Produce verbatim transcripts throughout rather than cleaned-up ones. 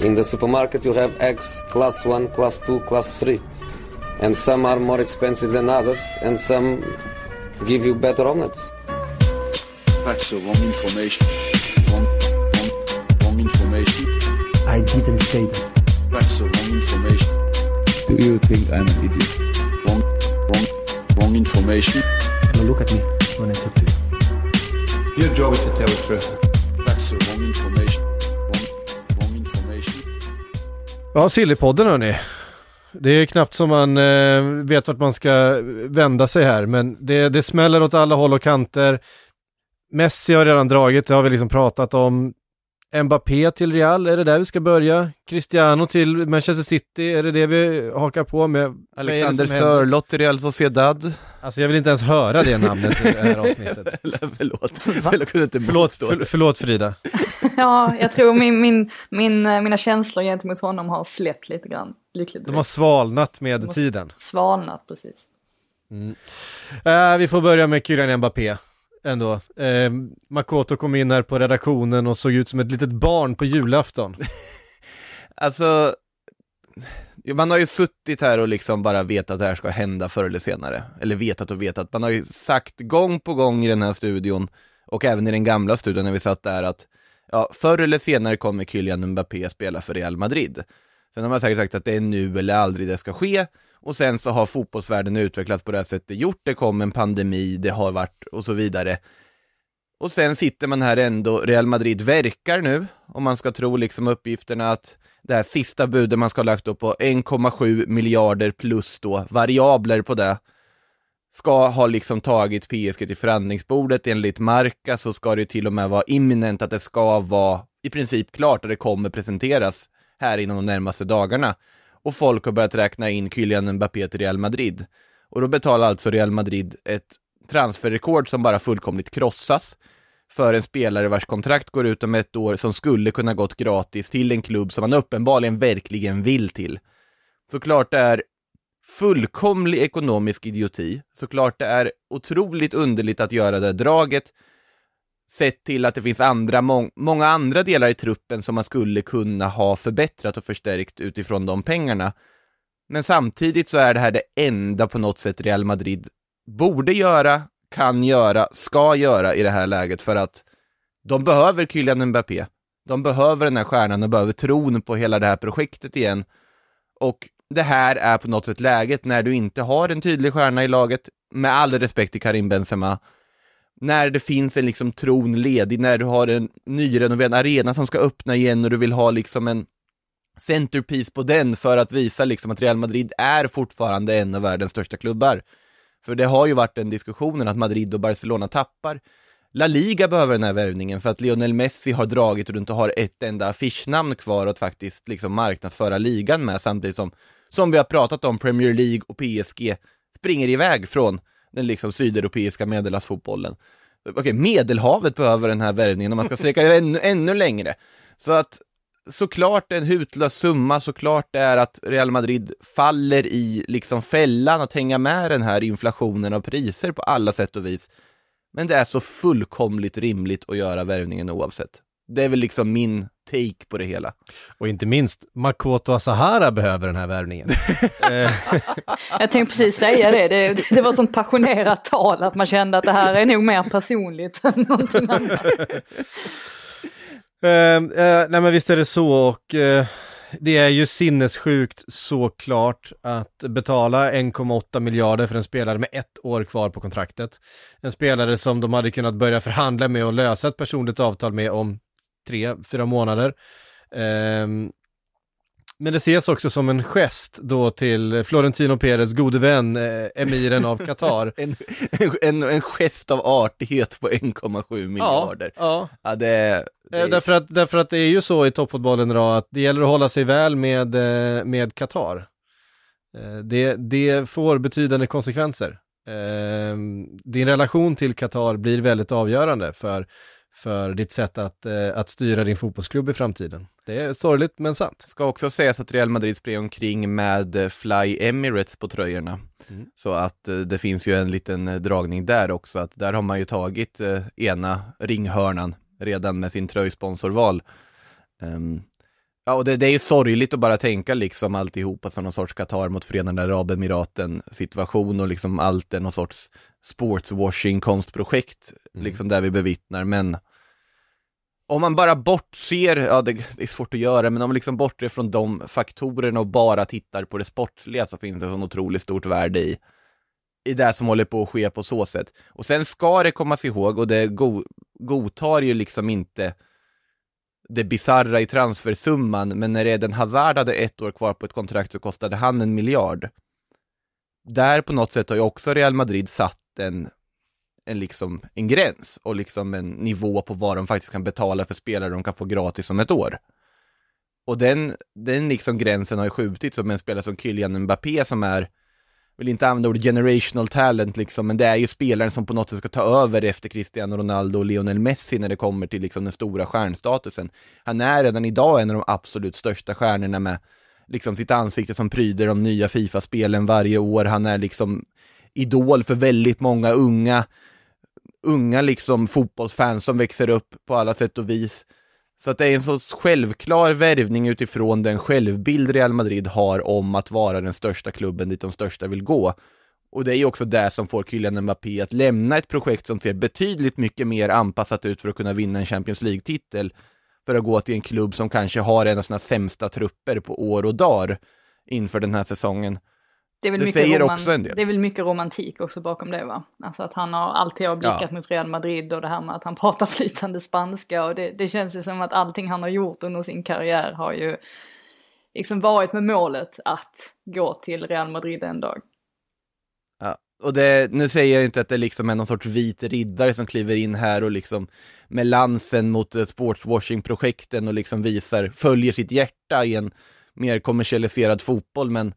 In the supermarket you have eggs class one, class two, class three. And some are more expensive than others, and some give you better omelets. That's the wrong information. Wrong, wrong, wrong information. I didn't say that. That's the wrong information. Do you think I'm an idiot? Wrong, wrong, wrong information. Now look at me when I talk to you. Your job is to tell the truth. That's the wrong information. Wrong, wrong information. Ja, Sillypodden hörni. Det är knappt som man eh, vet vart man ska vända sig här, men det, det smäller åt alla håll och kanter. Messi har redan dragit, det har vi liksom pratat om. Mbappé till Real, är det där vi ska börja? Cristiano till Manchester City, är det det vi hakar på med? Alexander Sörloth till Real Sociedad. Alltså jag vill inte ens höra det namnet i det här avsnittet. Förlåt. Förlåt, för, förlåt Frida. Ja, jag tror min, min, min, mina känslor gentemot honom har släppt lite grann. Lyckligt. De har svalnat med De har tiden. Svalnat, precis. Mm. Uh, vi får börja med Kylian Mbappé. Ändå. Eh, Makoto kom in här på redaktionen och såg ut som ett litet barn på julafton. Alltså, man har ju suttit här och liksom bara vetat att det här ska hända förr eller senare. Eller vetat och vetat. Man har ju sagt gång på gång i den här studion och även i den gamla studion när vi satt där att ja, förr eller senare kommer Kylian Mbappé spela för Real Madrid. Sen har man säkert sagt att det är nu eller aldrig det ska ske. Och sen så har fotbollsvärlden utvecklats på det här sättet. Gjort, det kom en pandemi, det har varit och så vidare. Och sen sitter man här ändå, Real Madrid verkar nu, om man ska tro liksom uppgifterna, att det här sista budet man ska ha lagt upp på en komma sju miljarder plus då variabler på det, ska ha liksom tagit P S G till förhandlingsbordet. Enligt Marca så ska det till och med vara imminent att det ska vara i princip klart att det kommer presenteras här inom de närmaste dagarna. Och folk har börjat räkna in Kylian Mbappé till Real Madrid. Och då betalar alltså Real Madrid ett transferrekord som bara fullkomligt krossas för en spelare vars kontrakt går ut om ett år, som skulle kunna gått gratis till en klubb som man uppenbarligen verkligen vill till. Såklart det är fullkomlig ekonomisk idioti. Såklart det är otroligt underligt att göra det draget. Sett till att det finns andra, må- många andra delar i truppen som man skulle kunna ha förbättrat och förstärkt utifrån de pengarna. Men samtidigt så är det här det enda på något sätt Real Madrid borde göra, kan göra, ska göra i det här läget, för att de behöver Kylian Mbappé. De behöver den här stjärnan, de behöver tron på hela det här projektet igen. Och det här är på något sätt läget när du inte har en tydlig stjärna i laget, med all respekt till Karim Benzema. När det finns en liksom tron ledig, när du har en nyrenoverad arena som ska öppna igen och du vill ha liksom en centerpiece på den för att visa liksom att Real Madrid är fortfarande en av världens största klubbar. För det har ju varit en diskussion att Madrid och Barcelona tappar. La Liga behöver den här värvningen för att Lionel Messi har dragit och du inte har ett enda affischnamn kvar att faktiskt liksom marknadsföra ligan med, samtidigt som, som vi har pratat om, Premier League och P S G springer iväg från den liksom sydeuropeiska medelhavsfotbollen. Okej, Medelhavet behöver den här värvningen om man ska sträcka det ännu, ännu längre. Så att såklart en hutlös summa, såklart det är att Real Madrid faller i liksom fällan att hänga med den här inflationen av priser på alla sätt och vis. Men det är så fullkomligt rimligt att göra värvningen oavsett. Det är väl liksom min take på det hela. Och inte minst, Makoto Asahara behöver den här värvningen. Jag tänkte precis säga det. det. Det var ett sånt passionerat tal att man kände att det här är nog mer personligt än någonting annat. Uh, uh, nej men visst är det så, och uh, det är ju sinnessjukt såklart att betala en komma åtta miljarder för en spelare med ett år kvar på kontraktet. En spelare som de hade kunnat börja förhandla med och lösa ett personligt avtal med om tre, fyra månader. Uh, men det ses också som en gest då till Florentino Perez gode vän, eh, emiren av Qatar. en, en, en gest av artighet på en komma sju miljarder. Ja, ja. Ja, det, det... Eh, därför, att, därför att det är ju så i toppfotbollen idag att det gäller att hålla sig väl med, eh, med Qatar. Eh, det, det får betydande konsekvenser. Eh, din relation till Qatar blir väldigt avgörande för för ditt sätt att, eh, att styra din fotbollsklubb i framtiden. Det är sorgligt men sant. Ska också sägas att Real Madrid springer omkring med Fly Emirates på tröjorna. Mm. Så att eh, det finns ju en liten eh, dragning där också. Att där har man ju tagit eh, ena ringhörnan redan med sin tröjsponsorval. Um, Ja, och det, det är ju sorgligt att bara tänka liksom alltihopa som någon sorts Qatar mot Förenade Arabemiraten situation och liksom allt är någon sorts sportswashing konstprojekt mm. liksom där vi bevittnar, men om man bara bortser, ja det, det är svårt att göra, men om man liksom bortser från de faktorerna och bara tittar på det sportsliga så finns det så otroligt stort värde i i det som håller på att ske på så sätt. Och sen ska det komma sig ihåg, och det go- godtar ju liksom inte det bizarra i transfersumman, men när Eden Hazard hade ett år kvar på ett kontrakt så kostade han en miljard. Där på något sätt har ju också Real Madrid satt en, en, liksom, en gräns och liksom en nivå på vad de faktiskt kan betala för spelare de kan få gratis om ett år. Och den, den liksom gränsen har ju skjutits som en spelare som Kylian Mbappé som är, vill inte använda ordet generational talent liksom, men det är ju spelaren som på något sätt ska ta över efter Cristiano Ronaldo och Lionel Messi när det kommer till liksom den stora stjärnstatusen. Han är redan idag en av de absolut största stjärnorna med liksom sitt ansikte som pryder de nya FIFA-spelen varje år. Han är liksom idol för väldigt många unga unga liksom fotbollsfans som växer upp på alla sätt och vis. Så att det är en så självklar värvning utifrån den självbild Real Madrid har om att vara den största klubben dit de största vill gå. Och det är ju också det som får Kylian Mbappé att lämna ett projekt som ser betydligt mycket mer anpassat ut för att kunna vinna en Champions League-titel, för att gå till en klubb som kanske har en av sina sämsta trupper på år och dagar inför den här säsongen. Det är väl, det mycket, säger roman- också en del. Det är väl mycket romantik också bakom det, va? Alltså att han har alltid har blickat Ja. mot Real Madrid och det här med att han pratar flytande spanska, och det, det känns ju som att allting han har gjort under sin karriär har ju liksom varit med målet att gå till Real Madrid en dag. Ja, och det, nu säger jag inte att det liksom är någon sorts vit riddare som kliver in här och liksom med lansen mot uh, sportswashing-projekten och liksom visar, följer sitt hjärta i en mer kommersialiserad fotboll, men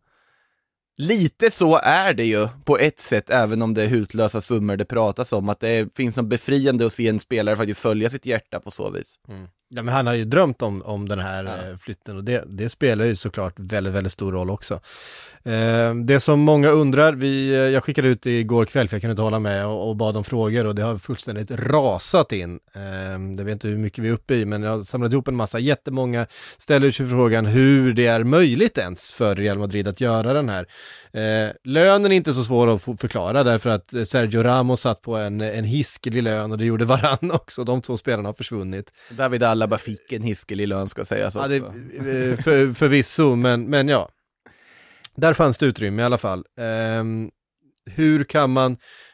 lite så är det ju på ett sätt, även om det är hutlösa summor det pratas om, att det finns något befriande att se en spelare faktiskt följa sitt hjärta på så vis. Mm. Ja, men han har ju drömt om, om den här ja. eh, flytten, och det, det spelar ju såklart väldigt, väldigt stor roll också. Eh, det som många undrar, vi, eh, jag skickade ut igår kväll för jag kunde inte hålla med och, och bad om frågor, och det har fullständigt rasat in. Eh, jag vet inte hur mycket vi är uppe i, men jag har samlat ihop en massa. Jättemånga ställer sig frågan hur det är möjligt ens för Real Madrid att göra den här. Eh, lönen är inte så svår att f- förklara, därför att Sergio Ramos satt på en, en hiskelig lön, och det gjorde Varane också. De två spelarna har försvunnit. David Alaba fick en hiskelig lön, ska sägas också. Ja, det, för, förvisso, men, men ja. Där fanns det utrymme i alla fall. Eh, hur kan man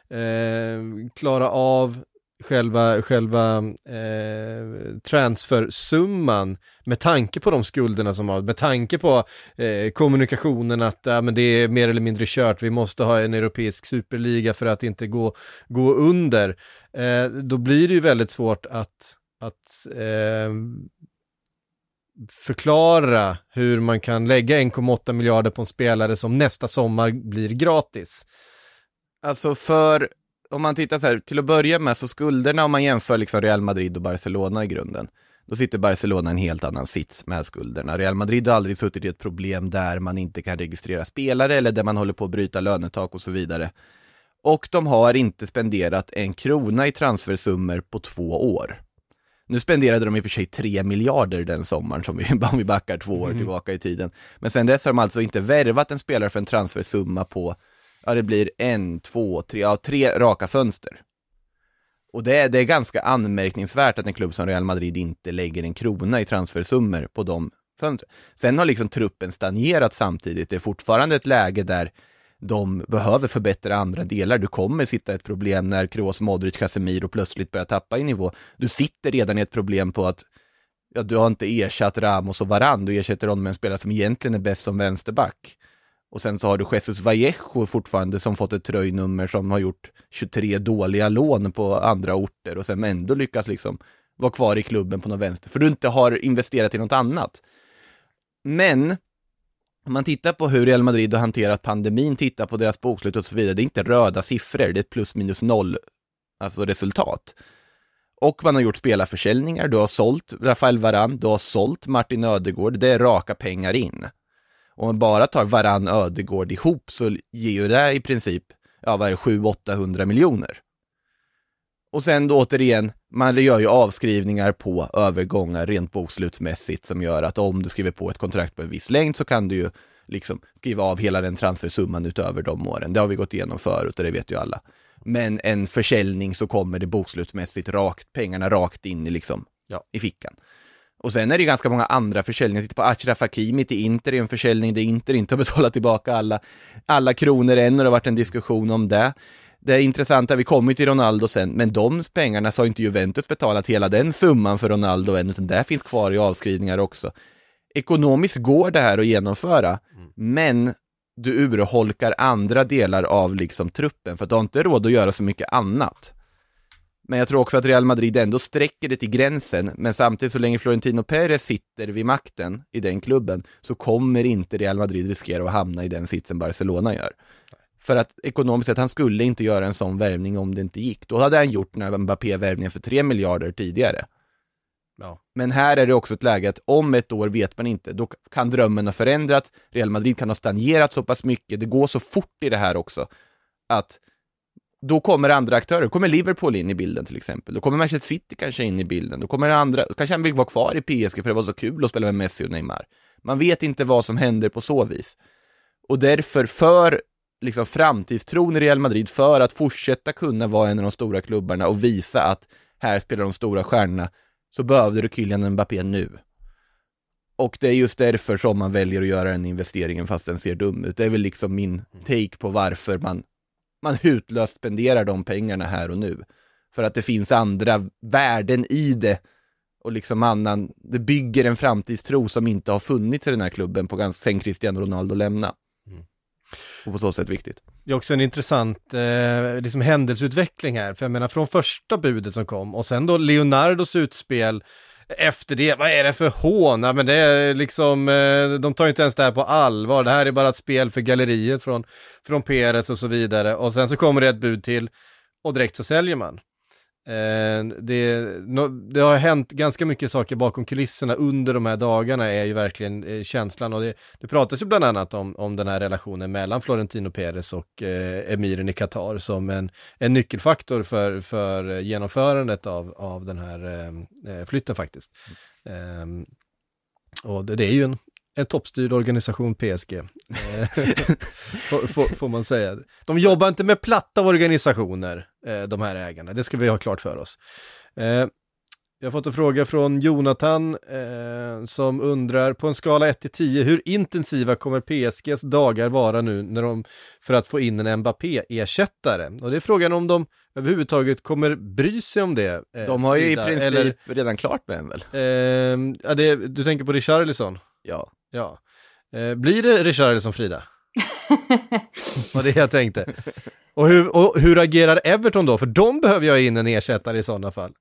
eh, klara av själva, själva eh, transfersumman med tanke på de skulderna som har, med tanke på eh, kommunikationen att ja, men det är mer eller mindre kört, vi måste ha en europeisk superliga för att inte gå, gå under. Eh, då blir det ju väldigt svårt att, att eh, förklara hur man kan lägga en komma åtta miljarder på en spelare som nästa sommar blir gratis. Alltså för, om man tittar så här, till att börja med så skulderna, om man jämför liksom Real Madrid och Barcelona i grunden, då sitter Barcelona en helt annan sits med skulderna. Real Madrid har aldrig suttit i ett problem där man inte kan registrera spelare eller där man håller på att bryta lönetak och så vidare. Och de har inte spenderat en krona i transfersummor på två år. Nu spenderade de i och för sig tre miljarder den sommaren, som vi, om vi backar två år mm. tillbaka i tiden. Men sen dess har de alltså inte värvat en spelare för en transfersumma på, ja det blir en, två, tre, ja tre raka fönster. Och det är, det är ganska anmärkningsvärt att en klubb som Real Madrid inte lägger en krona i transfersummor på de fönstren. Sen har liksom truppen stagnerat samtidigt. Det är fortfarande ett läge där de behöver förbättra andra delar. Du kommer sitta ett problem när Kroos, Modric, Casemiro plötsligt börjar tappa i nivå. Du sitter redan i ett problem på att ja, du har inte ersatt Ramos och Varane. Du ersätter honom med en spelare som egentligen är bäst som vänsterback. Och sen så har du Jesus Vallejo fortfarande som fått ett tröjnummer som har gjort tjugotre dåliga lån på andra orter och sen ändå lyckas liksom vara kvar i klubben på något vänster. För du inte har investerat i något annat. Men om man tittar på hur Real Madrid har hanterat pandemin, tittar på deras bokslut och så vidare, det är inte röda siffror, det är ett plus minus noll alltså resultat. Och man har gjort spelarförsäljningar, du har sålt Rafael Varane, du har sålt Martin Ödegård, det är raka pengar in. Om man bara tar Varane Ödegård ihop så ger ju det i princip ja, vad är det, sju åttahundra miljoner. Och sen då återigen, man gör ju avskrivningar på övergångar rent bokslutsmässigt som gör att om du skriver på ett kontrakt på en viss längd så kan du ju liksom skriva av hela den transfersumman utöver de åren. Det har vi gått igenom förut och det vet ju alla. Men en försäljning så kommer det bokslutsmässigt rakt, pengarna rakt in i, liksom, ja, i fickan. Och sen är det ganska många andra försäljningar. Titta på Achraf Hakimi till Inter, är en försäljning där Inter inte har betalat tillbaka alla, alla kronor än, och det har varit en diskussion om det. Det är intressant att vi kommer till Ronaldo sen, men de pengarna så har inte Juventus betalat hela den summan för Ronaldo än, utan det finns kvar i avskrivningar också. Ekonomiskt går det här att genomföra, mm. men du urholkar andra delar av liksom truppen för att du har inte råd att göra så mycket annat. Men jag tror också att Real Madrid ändå sträcker det till gränsen, men samtidigt så länge Florentino Pérez sitter vid makten i den klubben så kommer inte Real Madrid riskera att hamna i den sitsen Barcelona gör. För att ekonomiskt sett, han skulle inte göra en sån värvning om det inte gick. Då hade han gjort den här Mbappé-värvningen för tre miljarder tidigare. Ja. Men här är det också ett läge att om ett år vet man inte, då kan drömmen ha förändrats. Real Madrid kan ha stagnerat så pass mycket. Det går så fort i det här också att då kommer andra aktörer. Då kommer Liverpool in i bilden till exempel. Då kommer Manchester City kanske in i bilden. Då kommer andra, kanske han vill vara kvar i P S G för det var så kul att spela med Messi och Neymar. Man vet inte vad som händer på så vis. Och därför för liksom framtidstron i Real Madrid, för att fortsätta kunna vara en av de stora klubbarna och visa att här spelar de stora stjärnorna, så behövde du Kylian Mbappé nu. Och det är just därför som man väljer att göra den investeringen fast den ser dum ut. Det är väl liksom min take på varför man, man hutlöst spenderar de pengarna här och nu. För att det finns andra värden i det och liksom annan, det bygger en framtidstro som inte har funnits i den här klubben på ganska sen Cristiano Ronaldo lämna. Mm. Och på så sätt viktigt. Det är också en intressant eh, liksom händelseutveckling här. För jag menar från första budet som kom och sen då Leonardos utspel efter det, vad är det för hån? Ja, men det är liksom, eh, de tar ju inte ens det här på allvar. Det här är bara ett spel för galleriet från, från Perez och så vidare. Och sen så kommer det ett bud till och direkt så säljer man. Eh, det, no, det har hänt ganska mycket saker bakom kulisserna under de här dagarna är ju verkligen eh, känslan, och det, det pratas ju bland annat om, om den här relationen mellan Florentino Pérez och eh, emiren i Qatar som en, en nyckelfaktor för, för genomförandet av, av den här eh, flytten faktiskt. Mm. Eh, och det, det är ju en En toppstyrd organisation P S G får, får, får man säga. De jobbar inte med platta organisationer, de här ägarna. Det ska vi ha klart för oss. Jag har fått en fråga från Jonathan som undrar på en skala ett till tio hur intensiva kommer P S Gs dagar vara nu när de, för att få in en Mbappé-ersättare? Och det är frågan om de överhuvudtaget kommer bry sig om det. De har ju Frida, i princip eller, redan klart med en väl? Eh, ja, det, du tänker på Richarlison? Ja. Ja. Eh, blir det Richarlison, Frida? Vad det jag tänkte. Och hur, och hur agerar Everton då? För de behöver jag in en ersättare i sådana fall.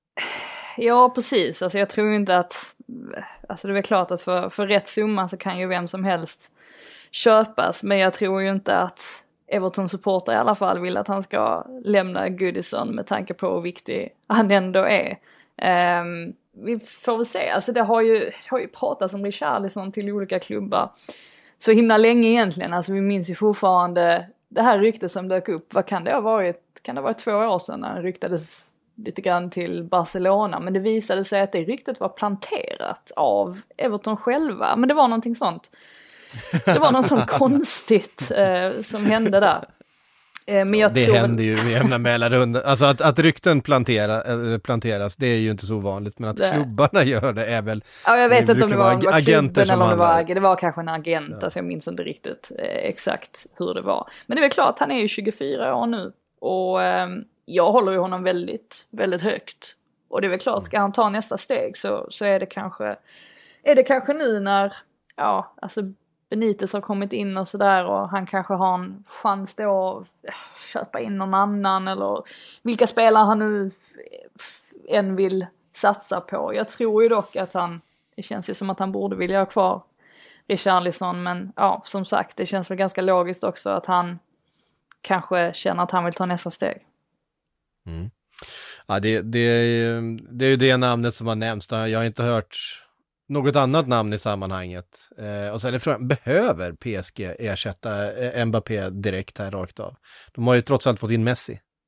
Ja, precis. Alltså jag tror inte att, alltså det är väl klart att för, för rätt summa så kan ju vem som helst köpas. Men jag tror ju inte att Everton-supporter i alla fall vill att han ska lämna Goodison med tanke på hur viktig han ändå är. Um, vi får väl se, alltså det har ju, det har ju pratats om Richarlison till olika klubbar så himla länge egentligen, alltså vi minns ju fortfarande det här ryktet som dök upp, vad kan det ha varit, kan det ha varit två år sedan när han ryktades lite grann till Barcelona, men det visade sig att det ryktet var planterat av Everton själva, men det var någonting sånt, det var något sånt konstigt eh, som hände där. Men jag det tror händer väl... ju med jämna mellanrum. Alltså att, att rykten plantera, äh, planteras, det är ju inte så vanligt. Men att det... klubbarna gör det är väl... Ja, jag vet inte om det var, ag- var klubben eller om det var handlar. Det var kanske en agent, ja. Alltså jag minns inte riktigt eh, exakt hur det var. Men det är väl klart, han är ju tjugofyra år nu. Och eh, jag håller ju honom väldigt, väldigt högt. Och det är väl klart, ska han ta nästa steg så, så är det kanske... Är det kanske nu när... Ja, alltså... Benitez har kommit in och sådär och han kanske har en chans då att köpa in någon annan eller vilka spelare han nu än vill satsa på. Jag tror ju dock att han, det känns ju som att han borde vilja ha kvar Richarlison, men ja, som sagt, det känns väl ganska logiskt också att han kanske känner att han vill ta nästa steg. Mm. Ja, det, det, det är ju det namnet som har nämnts. Jag har inte hört något annat namn i sammanhanget. Eh, och sen är frågan, behöver P S G ersätta eh, Mbappé direkt här rakt av? De har ju trots allt fått in Messi.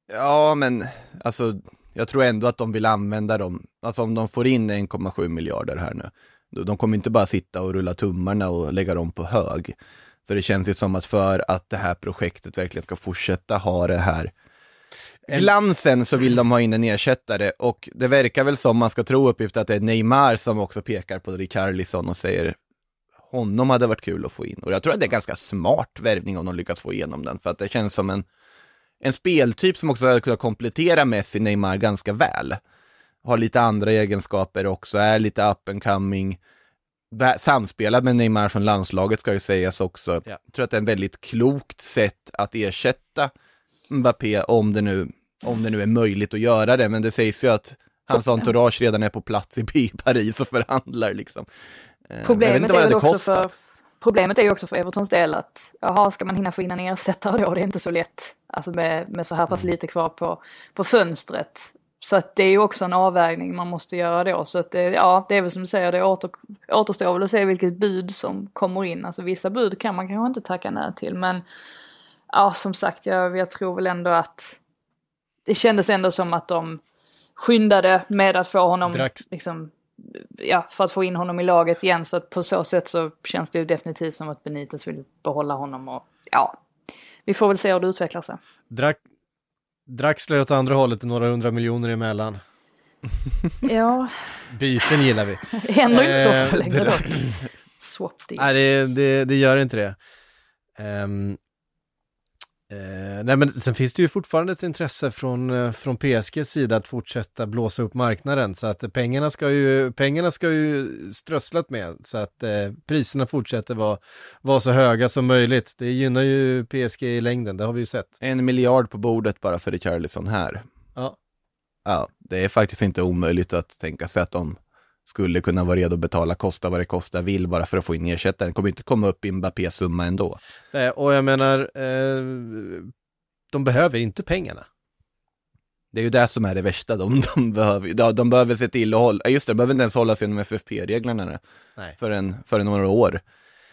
Ja, men alltså jag tror ändå att de vill använda dem. Alltså om de får in en komma sju miljarder här nu. De kommer inte bara sitta och rulla tummarna och lägga dem på hög. Så det känns ju som att för att det här projektet verkligen ska fortsätta ha det här glansen så vill de ha in en ersättare. Och det verkar väl som man ska tro uppgift att det är Neymar som också pekar på Richarlison och säger honom hade varit kul att få in. Och jag tror att det är ganska smart värvning om de lyckas få igenom den. För att det känns som en, en speltyp som också hade kunnat komplettera Messi, Neymar ganska väl. Har lite andra egenskaper också, är lite up and coming. Samspelad med Neymar från landslaget ska ju sägas också. Ja. Jag tror att det är en väldigt klokt sätt att ersätta Mbappé om det nu, om det nu är möjligt att göra det. Men det sägs ju att hans entourage redan är på plats i Paris och förhandlar liksom. Problemet är väl också för, problemet är ju också för Evertons del att jaha, ska man hinna få in en ersättare då? Det är inte så lätt. Alltså med, med så här pass lite kvar på, på fönstret. Så att det är ju också en avvägning man måste göra då. Så att det, ja, det är väl som du säger, det åter, återstår väl att se vilket bud som kommer in. Alltså vissa bud kan man kanske inte tacka nej till. Men ja, som sagt, jag, jag tror väl ändå att det kändes ändå som att de skyndade med att få honom liksom, ja, för att få in honom i laget igen. Så att på så sätt så känns det ju definitivt som att Benitez vill behålla honom. Och ja, vi får väl se hur det utvecklar sig. Drack Draxler åt andra hållet, några hundra miljoner emellan. Ja. Byten gillar vi. Det händer inte så ofta längre dock. Swap deals. Nej, det, det, det gör inte det. Um, uh, nej, men sen finns det ju fortfarande ett intresse från, uh, från P S G:s sida att fortsätta blåsa upp marknaden. Så att pengarna ska ju, pengarna ska ju strösslat med. Så att uh, priserna fortsätter vara, vara så höga som möjligt. Det gynnar ju P S G i längden, det har vi ju sett. En miljard på bordet bara för Richarlison här. Ja. Ja, det är faktiskt inte omöjligt att tänka sig att de skulle kunna vara redo att betala, kosta vad det kostar vill bara för att få in ersättaren. Det kommer inte komma upp i Mbappés summa ändå. Nej, och jag menar, eh, de behöver inte pengarna. Det är ju det som är det värsta. De, de, behöver, de, de behöver se till att hålla, just det, de behöver inte ens hålla sig inom F F P-reglerna Nej. För, en, för några år.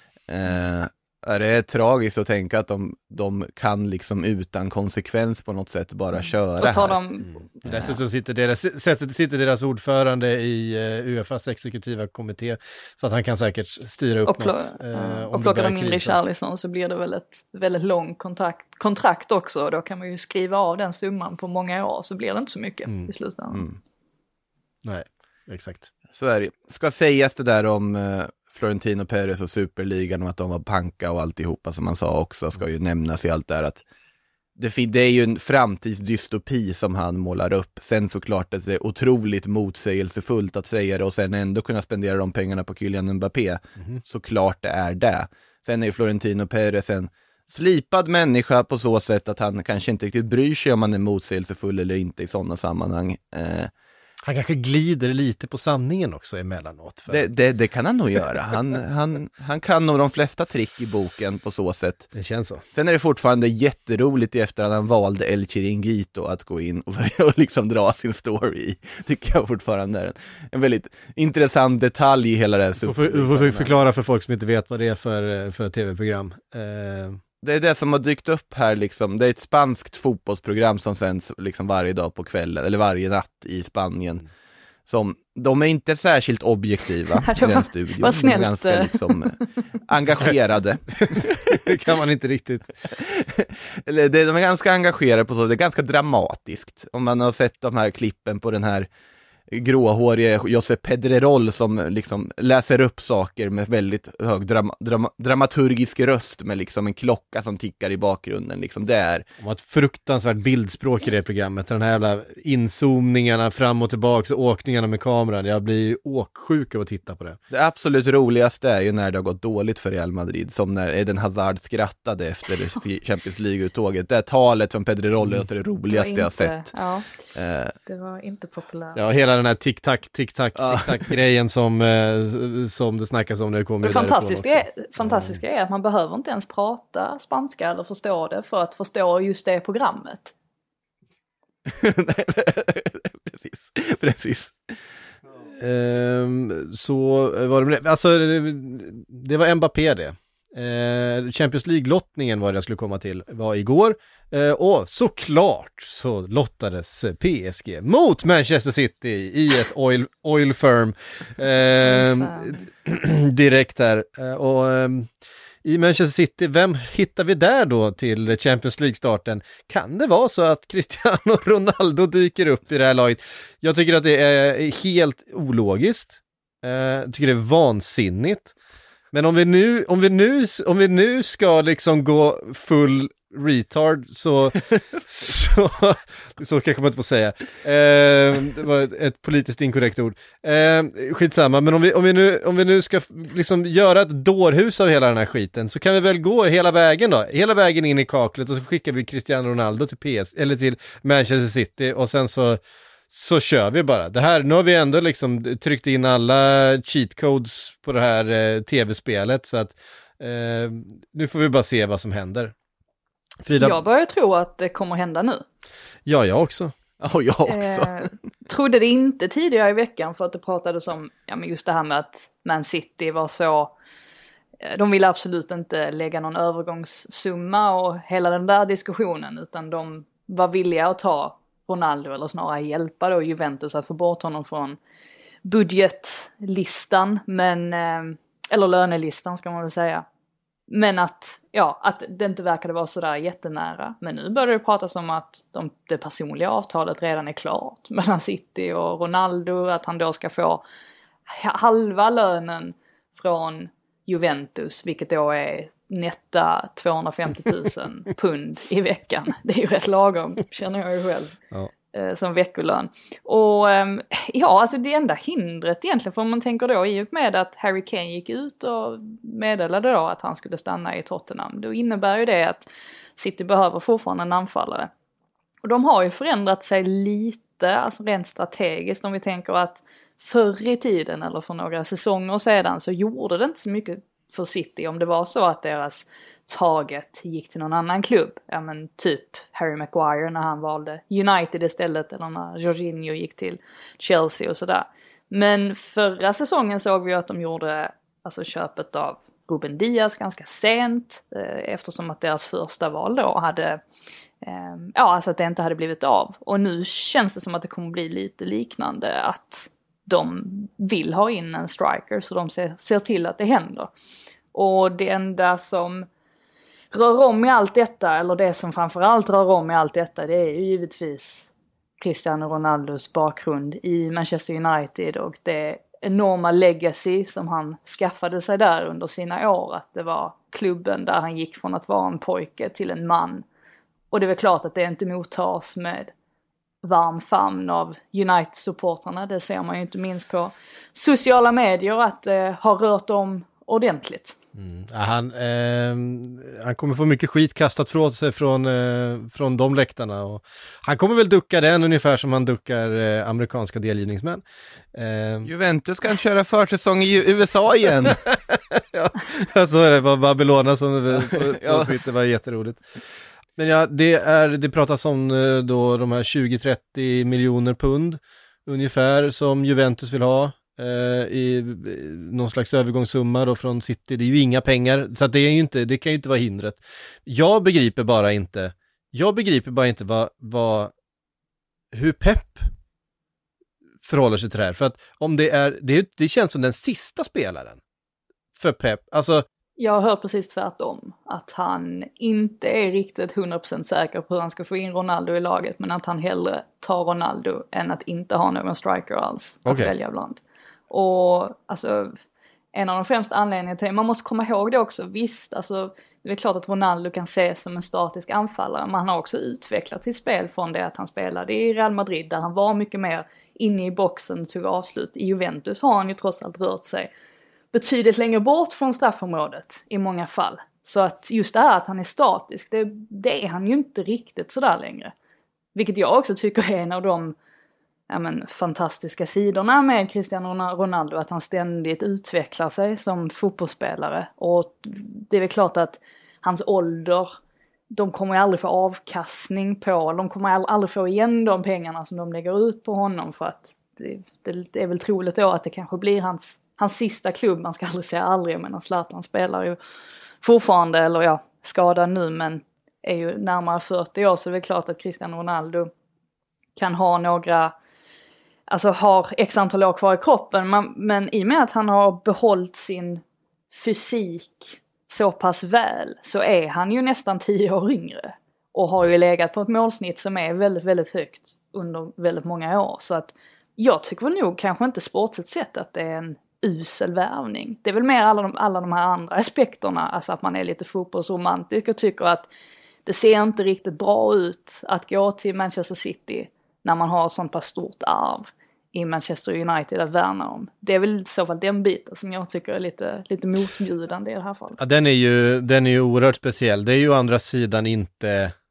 Eh, är det tragiskt att tänka att de, de kan liksom utan konsekvens på något sätt bara köra här. Dem... Mm. Dessutom sitter deras, sitter deras ordförande i uh, U E F A:s exekutiva kommitté så att han kan säkert styra upp och plå- något. Uh, och plockar de in Richarlison så blir det väl ett väldigt långt kontrakt, kontrakt också och då kan man ju skriva av den summan på många år så blir det inte så mycket mm. i slutändan. Mm. Nej, exakt. Så är det. Ska sägas det där om uh, Florentino Perez och Superligan och att de var panka och alltihopa som man sa också ska ju nämnas i allt där att det, det är ju en framtidsdystopi som han målar upp. Sen såklart att det är otroligt motsägelsefullt att säga det och sen ändå kunna spendera de pengarna på Kylian Mbappé. Mm-hmm. Såklart det är det. Sen är Florentino Perez en slipad människa på så sätt att han kanske inte riktigt bryr sig om han är motsägelsefull eller inte i sådana sammanhang. Eh, Han kanske glider lite på sanningen också emellanåt. För... Det, det, det kan han nog göra. Han, han, han kan nog de flesta trick i boken på så sätt. Det känns så. Sen är det fortfarande jätteroligt efter att han valde El Chiringuito att gå in och börja och liksom dra sin story. Tycker jag fortfarande är en, en väldigt intressant detalj i hela det här. Du får, får förklara för folk som inte vet vad det är för, för tv-program. Eh... Det är det som har dykt upp här liksom. Det är ett spanskt fotbollsprogram som sänds liksom varje dag på kvällen eller varje natt i Spanien. Mm. Som, de är inte särskilt objektiva i den studion. Vad snällt. De är ganska liksom engagerade. Det kan man inte riktigt. Eller det, de är ganska engagerade på så. Det är ganska dramatiskt. Om man har sett de här klippen på den här gråhårige Josep Pedrerol som liksom läser upp saker med väldigt hög drama, drama, dramaturgisk röst med liksom en klocka som tickar i bakgrunden. Liksom det är... De har ett fruktansvärt bildspråk i det programmet. Den här jävla inzoomningarna fram och tillbaka och åkningarna med kameran. Jag blir åksjuk av att titta på det. Det absolut roligaste är ju när det har gått dåligt för Real Madrid. Som när Eden Hazard skrattade efter Champions League-uttåget. Det här talet från Pedrerol är det roligaste inte, jag sett. Ja, eh, det var inte populärt. Ja, hela den här tick-tack, tick-tack, tick-tack-grejen som, eh, som det snackas om när det kommer därifrån också. Fantastiska är, fantastiska är att man behöver inte ens prata spanska eller förstå det för att förstå just det programmet. Nej, precis, precis. Um, så var det, alltså det var Mbappé det. Eh, Champions League-lottningen var det jag skulle komma till, var igår. Eh, och såklart så lottades P S G mot Manchester City i ett oil, oil firm. Eh, direkt här. Eh, och eh, i Manchester City, vem hittar vi där då till Champions League-starten? Kan det vara så att Cristiano Ronaldo dyker upp i det här laget? Jag tycker att det är helt ologiskt. Eh, jag tycker det är vansinnigt. Men om vi nu, om vi nu, om vi nu ska liksom gå full retard så, så, så kanske man inte får säga. Eh, det var ett politiskt inkorrekt ord. Eh, skitsamma, men om vi, om vi nu, om vi nu ska liksom göra ett dårhus av hela den här skiten så kan vi väl gå hela vägen då. Hela vägen in i kaklet och så skickar vi Cristiano Ronaldo till P S eller till Manchester City och sen så så kör vi bara. Det här, nu har vi ändå liksom tryckt in alla cheat codes på det här eh, tv-spelet så att eh, nu får vi bara se vad som händer. Frida? Jag börjar tro att det kommer hända nu. Ja, jag också. Ja, oh, jag också. Eh, trodde det inte tidigare i veckan för att det pratades om ja, men just det här med att Man City var så... De ville absolut inte lägga någon övergångssumma och hela den där diskussionen utan de var villiga att ta Ronaldo eller snarare hjälpa då Juventus att få bort honom från budgetlistan men, eller lönelistan ska man väl säga. Men att, ja, att det inte verkade vara sådär jättenära. Men nu börjar det pratas om att de, det personliga avtalet redan är klart mellan City och Ronaldo. Att han då ska få halva lönen från Juventus, vilket då är netta tvåhundrafemtio tusen pund i veckan. Det är ju rätt lagom, känner jag ju själv. Ja. Som veckolön. Och ja, alltså det enda hindret egentligen, för om man tänker då i och med att Harry Kane gick ut och meddelade då att han skulle stanna i Tottenham, då innebär ju det att City behöver fortfarande en anfallare. Och de har ju förändrat sig lite, alltså rent strategiskt, om vi tänker att förr i tiden eller för några säsonger sedan så gjorde det inte så mycket för City om det var så att deras taget gick till någon annan klubb. Ja men typ Harry Maguire när han valde United istället eller när Jorginho gick till Chelsea och sådär. Men förra säsongen såg vi att de gjorde alltså köpet av Ruben Diaz ganska sent eh, eftersom att deras första val då hade eh, ja alltså att det inte hade blivit av. Och nu känns det som att det kommer bli lite liknande att de vill ha in en striker så de ser, ser till att det händer. Och det enda som rör om i allt detta, eller det som framförallt rör om i allt detta, det är ju givetvis Cristiano Ronaldos bakgrund i Manchester United och det enorma legacy som han skaffade sig där under sina år. Att det var klubben där han gick från att vara en pojke till en man. Och det är väl klart att det inte mottas med varm famn av United-supportrarna. Det ser man ju inte minst på sociala medier att det eh, har rört om ordentligt. Mm. Ja, han, eh, han kommer få mycket skit kastat från sig från, eh, från de läktarna. Och han kommer väl ducka den ungefär som han duckar eh, amerikanska delgivningsmän. Eh. Juventus ska köra försäsong i U S A igen. Ja, så är det. Bara Babylona som på, på Twitter var jätteroligt. Men ja, det, är, det pratas om då de här tjugo till trettio miljoner pund ungefär som Juventus vill ha eh, i, i någon slags övergångssumma då från City. Det är ju inga pengar, så att det, är ju inte, det kan ju inte vara hindret. Jag begriper bara inte, jag begriper bara inte vad, vad, hur Pep förhåller sig till det här. För att om det är, det, det känns som den sista spelaren för Pep, alltså jag hör precis tvärtom. Att han inte är riktigt hundra procent säker på hur han ska få in Ronaldo i laget. Men att han hellre tar Ronaldo än att inte ha någon striker alls att okay. välja bland. Och alltså en av de främsta anledningarna till, man måste komma ihåg det också. Visst, alltså det är klart att Ronaldo kan ses som en statisk anfallare. Men han har också utvecklat sitt spel från det att han spelade i Real Madrid. Där han var mycket mer inne i boxen och tog avslut. I Juventus har han ju trots allt rört sig betydligt längre bort från straffområdet i många fall. Så att just det här att han är statisk, det, det är han ju inte riktigt sådär längre. Vilket jag också tycker är en av de ja men, fantastiska sidorna med Cristiano Ronaldo. Att han ständigt utvecklar sig som fotbollsspelare. Och det är väl klart att hans ålder, de kommer ju aldrig få avkastning på. De kommer aldrig få igen de pengarna som de lägger ut på honom. För att det, det, det är väl troligt då att det kanske blir hans... Hans sista klubb, man ska aldrig säga aldrig, men Zlatan spelar ju fortfarande, eller ja, skadad nu, men är ju närmare fyrtio år, så det är klart att Cristiano Ronaldo kan ha några, alltså har x antal år kvar i kroppen, men, men i och med att han har behållit sin fysik så pass väl, så är han ju nästan tio år yngre och har ju legat på ett målsnitt som är väldigt, väldigt högt under väldigt många år. Så att jag tycker väl nog kanske inte sportsligt sett att det är en usel värvning. Det är väl mer alla de, alla de här andra aspekterna, alltså att man är lite fotbollsromantisk och tycker att det ser inte riktigt bra ut att gå till Manchester City när man har sånt pass stort arv i Manchester United att värna om. Det är väl i så fall den biten som jag tycker är lite, lite motbjudande i det här fallet. Ja, den är ju, den är ju oerhört speciell. Det är ju å andra sidan inte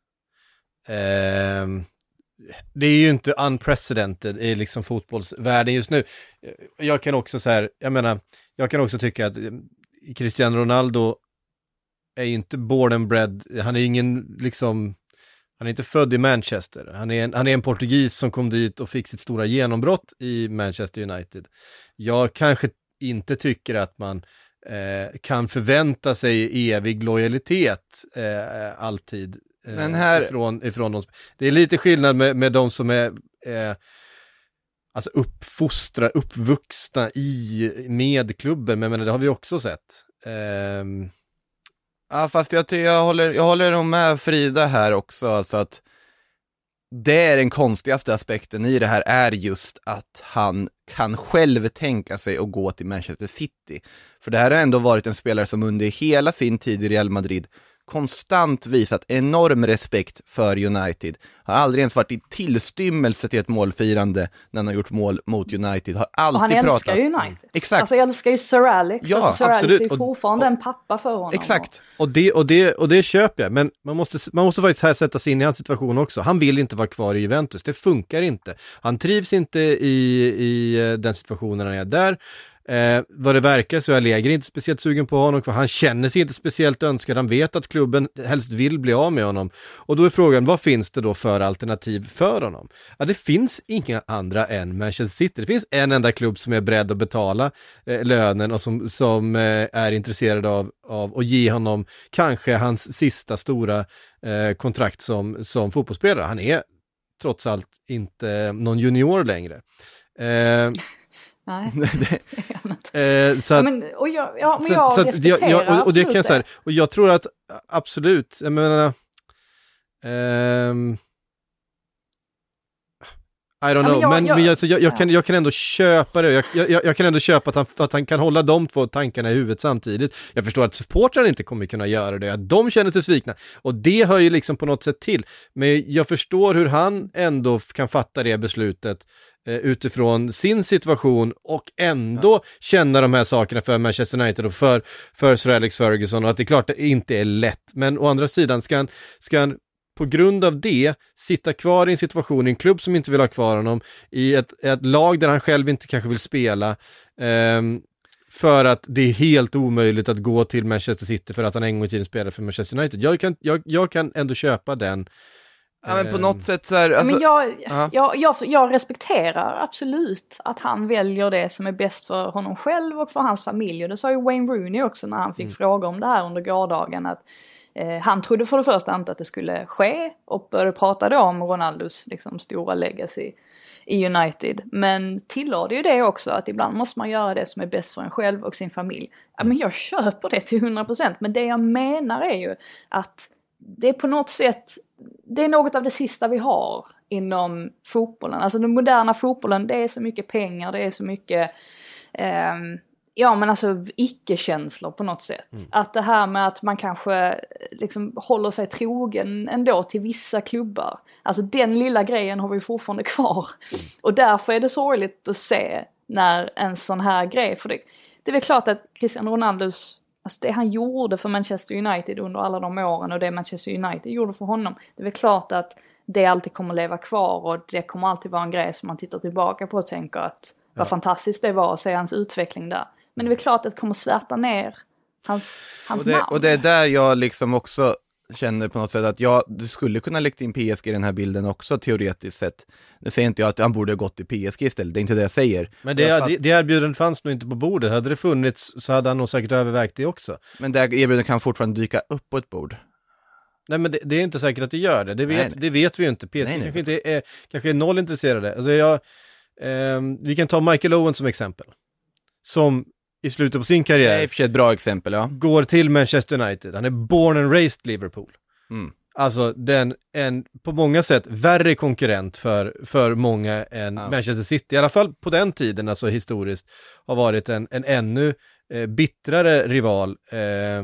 eh, det är ju inte unprecedented i liksom fotbollsvärlden just nu. Jag kan också så här, jag menar, jag kan också tycka att Cristiano Ronaldo är inte born and bred. Han är ingen liksom, han är inte född i Manchester. Han är en, han är en portugis som kom dit och fick sitt stora genombrott i Manchester United. Jag kanske inte tycker att man eh, kan förvänta sig evig lojalitet eh, alltid eh, Men här... ifrån, ifrån dem. Det är lite skillnad med, med de som är eh, alltså uppfostra, uppvuxna i med klubben, men, men det har vi också sett. Eh, Ja, fast jag, jag, håller, jag håller nog med Frida här också, alltså att det är den konstigaste aspekten i det här är just att han kan själv tänka sig att gå till Manchester City. För det här har ändå varit en spelare som under hela sin tid i Real Madrid konstant visat enorm respekt för United. Har aldrig ens varit i tillstymmelse till ett målfirande när han har gjort mål mot United. Har alltid och han pratat... älskar United. Exakt. Alltså älskar ju Sir Alex. Ja, alltså, Sir absolut. Alex är fortfarande och, en pappa för honom. Exakt. Och det, och, det, och det köper jag, men man måste, man måste faktiskt här sätta sig in i hans situation också. Han vill inte vara kvar i Juventus, det funkar inte. Han trivs inte i, i den situationen när han är där. Eh, vad det verkar så är Allegri inte speciellt sugen på honom, för han känner sig inte speciellt önskad. Han vet att klubben helst vill bli av med honom. Och då är frågan, vad finns det då för alternativ för honom? Ja, det finns inga andra än Manchester City. Det finns en enda klubb som är beredd att betala eh, lönen och som, som eh, är intresserad av, av att ge honom kanske hans sista stora eh, kontrakt som, som fotbollsspelare. Han är trots allt inte någon junior längre. Eh, Nej. eh, så att, ja, men, och jag, ja, men så, jag så att, respekterar jag, och, och det kan jag säga, det. och jag tror att absolut, jag menar um, I don't ja, know, men jag, men, jag, men alltså, jag, jag, ja. kan, jag kan ändå köpa det, jag, jag, jag kan ändå köpa att han, att han kan hålla de två tankarna i huvudet samtidigt. Jag förstår att supportrarna inte kommer kunna göra det, att de känner sig svikna, och det hör ju liksom på något sätt till, men jag förstår hur han ändå kan fatta det beslutet utifrån sin situation och ändå ja. känna de här sakerna för Manchester United och för, för Sir Alex Ferguson, och att det är klart det inte är lätt, men å andra sidan ska han, ska han på grund av det sitta kvar i en situation i en klubb som inte vill ha kvar honom, i ett, ett lag där han själv inte kanske vill spela, um, för att det är helt omöjligt att gå till Manchester City för att han en gång i tiden spelar för Manchester United. Jag kan, jag, jag kan ändå köpa den. Ja, men på något sätt så här, alltså, men jag, uh-huh. jag, jag, jag respekterar absolut att han väljer det som är bäst för honom själv och för hans familj. Och det sa ju Wayne Rooney också när han fick mm. fråga om det här under gårdagen, att eh, han trodde för det första inte att det skulle ske och började prata då om Ronaldos liksom, stora legacy i United. Men tillade ju det också, att ibland måste man göra det som är bäst för en själv och sin familj. Ja, men jag köper det till hundra procent, men det jag menar är ju att det är på något sätt, det är något av det sista vi har inom fotbollen. Alltså den moderna fotbollen, det är så mycket pengar, det är så mycket eh, ja men alltså icke-känslor på något sätt. Mm. Att det här med att man kanske liksom håller sig trogen ändå till vissa klubbar. Alltså den lilla grejen har vi fortfarande kvar. Mm. Och därför är det sorgligt att se när en sån här grej, för det, det är väl klart att Cristiano Ronaldos, alltså det han gjorde för Manchester United under alla de åren och det Manchester United gjorde för honom, det är väl klart att det alltid kommer att leva kvar och det kommer alltid vara en grej som man tittar tillbaka på och tänker att ja. vad fantastiskt det var att se hans utveckling där. Men det är väl klart att det kommer svärta ner hans, hans och det, namn. Och det är där jag liksom också känner på något sätt att ja, du skulle kunna lägga in P S G i den här bilden också teoretiskt sett. Nu säger inte jag att han borde ha gått till P S G istället, det är inte det jag säger. Men det, det, det erbjudandet fanns nog inte på bordet. Hade det funnits så hade han nog säkert övervägt det också. Men det erbjudandet kan fortfarande dyka upp på ett bord. Nej, men det, det är inte säkert att det gör det. Det vet, nej, nej. Det vet vi ju inte. P S G nej, nej. kanske inte är, kanske är noll intresserade. Alltså jag, eh, vi kan ta Michael Owen som exempel. Som i slutet på sin karriär Det är i och för sig ett bra exempel, ja. går till Manchester United. Han är born and raised Liverpool. Mm. Alltså den, en på många sätt värre konkurrent för, för många än Ja. Manchester City. I alla fall på den tiden, alltså historiskt, har varit en, en ännu eh, bittrare rival eh,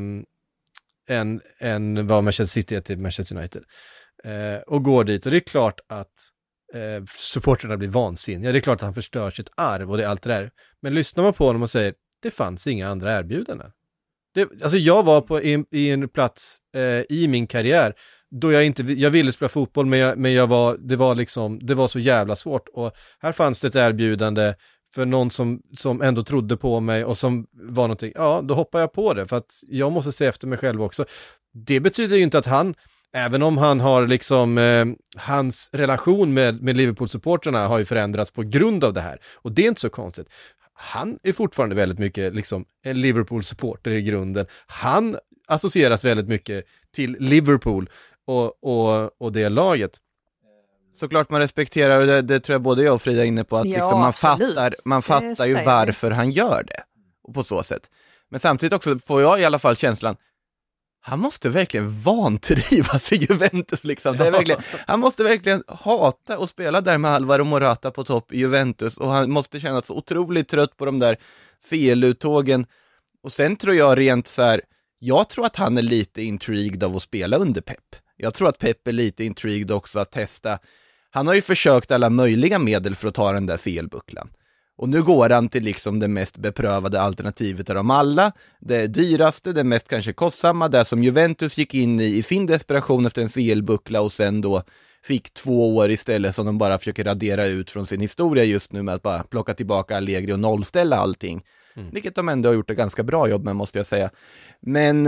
än, än vad Manchester City är till Manchester United. Eh, och går dit, och det är klart att eh, supporterna blir vansinniga. Det är klart att han förstör sitt arv och det är allt det där. Men lyssnar man på honom och säger, det fanns inga andra erbjudanden. Det, alltså jag var på i, i en plats eh, i min karriär då jag inte, jag ville spela fotboll men jag, men jag var, det var liksom, det var så jävla svårt, och här fanns det ett erbjudande för någon som, som ändå trodde på mig och som var någonting, ja då hoppar jag på det för att jag måste se efter mig själv också. Det betyder ju inte att han, även om han har liksom, eh, hans relation med, med Liverpool-supporterna har ju förändrats på grund av det här, och det är inte så konstigt. Han är fortfarande väldigt mycket liksom en Liverpool-supporter i grunden. Han associeras väldigt mycket till Liverpool och, och, och det laget. Såklart man respekterar, och det, det tror jag både jag och Frida är inne på, att Ja, liksom man absolut. fattar, man Det fattar ju säger varför han gör det. Och på så sätt. Men samtidigt också får jag i alla fall känslan, han måste verkligen vantrivas i Juventus liksom. Det är verkligen, han måste verkligen hata att spela där med Alvaro Morata på topp i Juventus, och han måste känna så otroligt trött på de där C L-uttågen. Och sen tror jag rent så här, jag tror att han är lite intrigued av att spela under Pep. Jag tror att Pep är lite intrigued också att testa. Han har ju försökt alla möjliga medel för att ta den där C L-bucklan. Och nu går han till liksom det mest beprövade alternativet av dem alla. Det dyraste, det mest kanske kostsamma, det som Juventus gick in i i sin desperation efter en C L-buckla och sen då fick två år istället som de bara försöker radera ut från sin historia just nu med att bara plocka tillbaka Allegri och nollställa allting. Mm. Vilket de ändå har gjort ett ganska bra jobb med, måste jag säga. Men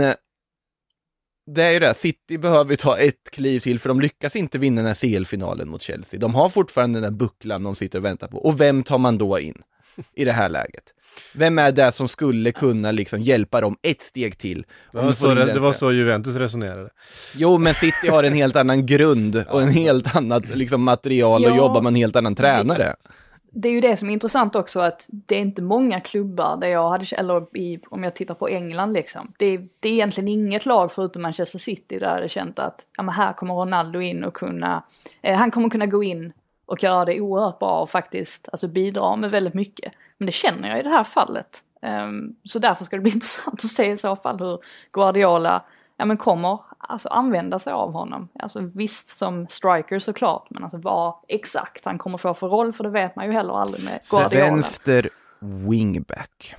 det är ju det, City behöver ta ett kliv till, för de lyckas inte vinna den här C L-finalen mot Chelsea. De har fortfarande den där bucklan de sitter och väntar på. Och vem tar man då in i det här läget? Vem är det som skulle kunna liksom hjälpa dem ett steg till? Det var, så, det var så Juventus resonerade. Jo, men City har en helt annan grund och en helt annat liksom, material ja, och jobbar med en helt annan tränare. Det, det är ju det som är intressant också, att det är inte många klubbar där jag hade, eller i, om jag tittar på England liksom, det är, det är egentligen inget lag förutom Manchester City där det känt att ja, men här kommer Ronaldo in och kunna, eh, han kommer kunna gå in och göra det oerhört bra och faktiskt alltså, bidra med väldigt mycket. Men det känner jag i det här fallet. Um, så därför ska det bli intressant att se i så fall hur Guardiola ja, men kommer alltså, använda sig av honom. Alltså, visst som striker såklart, men alltså, vad exakt han kommer få för roll, för det vet man ju heller aldrig med Guardiola. Vänster wingback.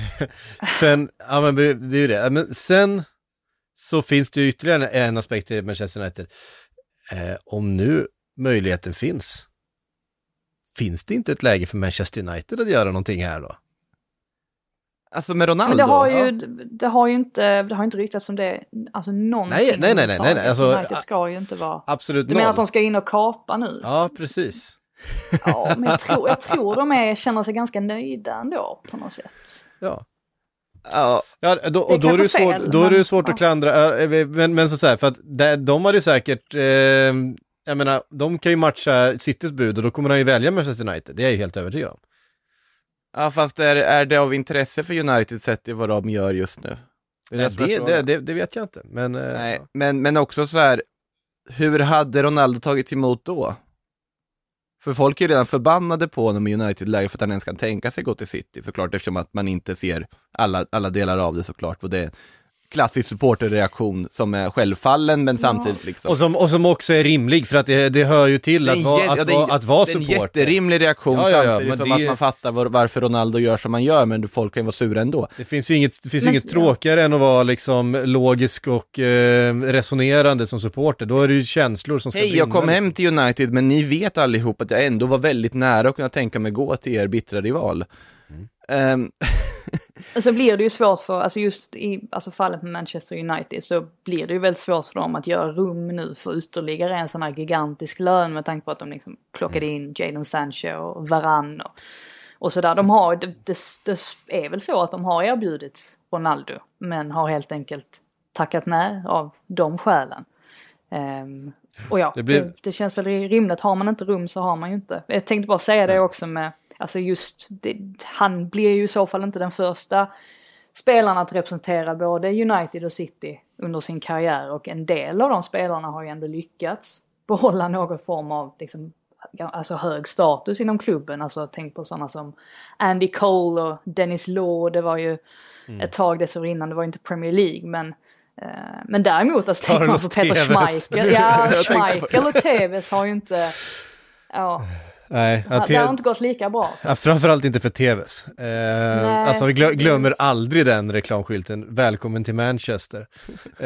Sen, ja men det är ju det. Men sen så finns det ju ytterligare en aspekt i Manchester United. Eh, om nu möjligheten finns, finns det inte ett läge för Manchester United att göra någonting här då? Alltså med Ronaldo? Men det har ju, ja. det har ju inte, det har inte ryktats om det, alltså någonting. Nej, nej, nej, nej, nej, nej. Alltså, United ska ju inte vara. Absolut. Du menar att de ska in och kapa nu? Ja, precis. Ja, men jag tror, jag tror de är, känner sig ganska nöjda ändå på något sätt. Ja. Ja, ja då, och då är det ju svårt, fel, då är det ju svårt ja. att klandra, men, men så här, för att de, de hade säkert, eh, jag menar, de kan ju matcha Citys bud och då kommer han ju välja Manchester United, det är jag ju helt övertygad om. ja fast är, är det av intresse för United sett i vad de gör just nu? Det, Nej, det, det, det, det vet jag inte, men... Eh, Nej, ja. men, men också så här, hur hade Ronaldo tagit emot då? För folk är redan förbannade på honom i United-läge för att han ens kan tänka sig gå till City, såklart, eftersom att man inte ser alla, alla delar av det, såklart. Och det är klassisk supporterreaktion som är självfallen, men ja. samtidigt liksom... Och som, och som också är rimlig, för att det, det hör ju till att, va, att, ja, va, att vara supporter. Det är en jätterimlig reaktion, ja, ja, ja, samtidigt som det... att man fattar var, varför Ronaldo gör som man gör, men folk kan ju vara sura ändå. Det finns ju inget, det finns men, inget tråkigare ja. än att vara liksom logisk och eh, resonerande som supporter. Då är det ju känslor som ska Hej, jag kom liksom. hem till United, men ni vet allihop att jag ändå var väldigt nära att kunna tänka mig gå till er bittra rival. Mm. Um, Så blir det ju svårt för, alltså just i alltså fallet med Manchester United så blir det ju väldigt svårt för dem att göra rum nu för ytterligare en sån här gigantisk lön med tanke på att de liksom plockade in Jadon Sancho och Varane och, och sådär. De har, det, det, det är väl så att de har erbjudit Ronaldo men har helt enkelt tackat nej av de skälen. Um, och ja, det, blir... det, det känns väl rimligt. Har man inte rum så har man ju inte. Jag tänkte bara säga det också med, alltså just, det, han blir ju i så fall inte den första spelaren att representera både United och City under sin karriär. Och en del av de spelarna har ju ändå lyckats behålla någon form av liksom, alltså hög status inom klubben. Alltså tänk på sådana som Andy Cole och Dennis Law. Det var ju mm. ett tag dessförinnan, det var ju inte Premier League, men men däremot alltså, tänker man på Peter Schmeichel. Ja, Schmeichel och Tevez har ju inte ja, nej, ja, det har inte gått lika bra. Ja, framförallt inte för Tevez. Eh, alltså vi glö- glömmer aldrig den reklamskylten. Välkommen till Manchester. Eh,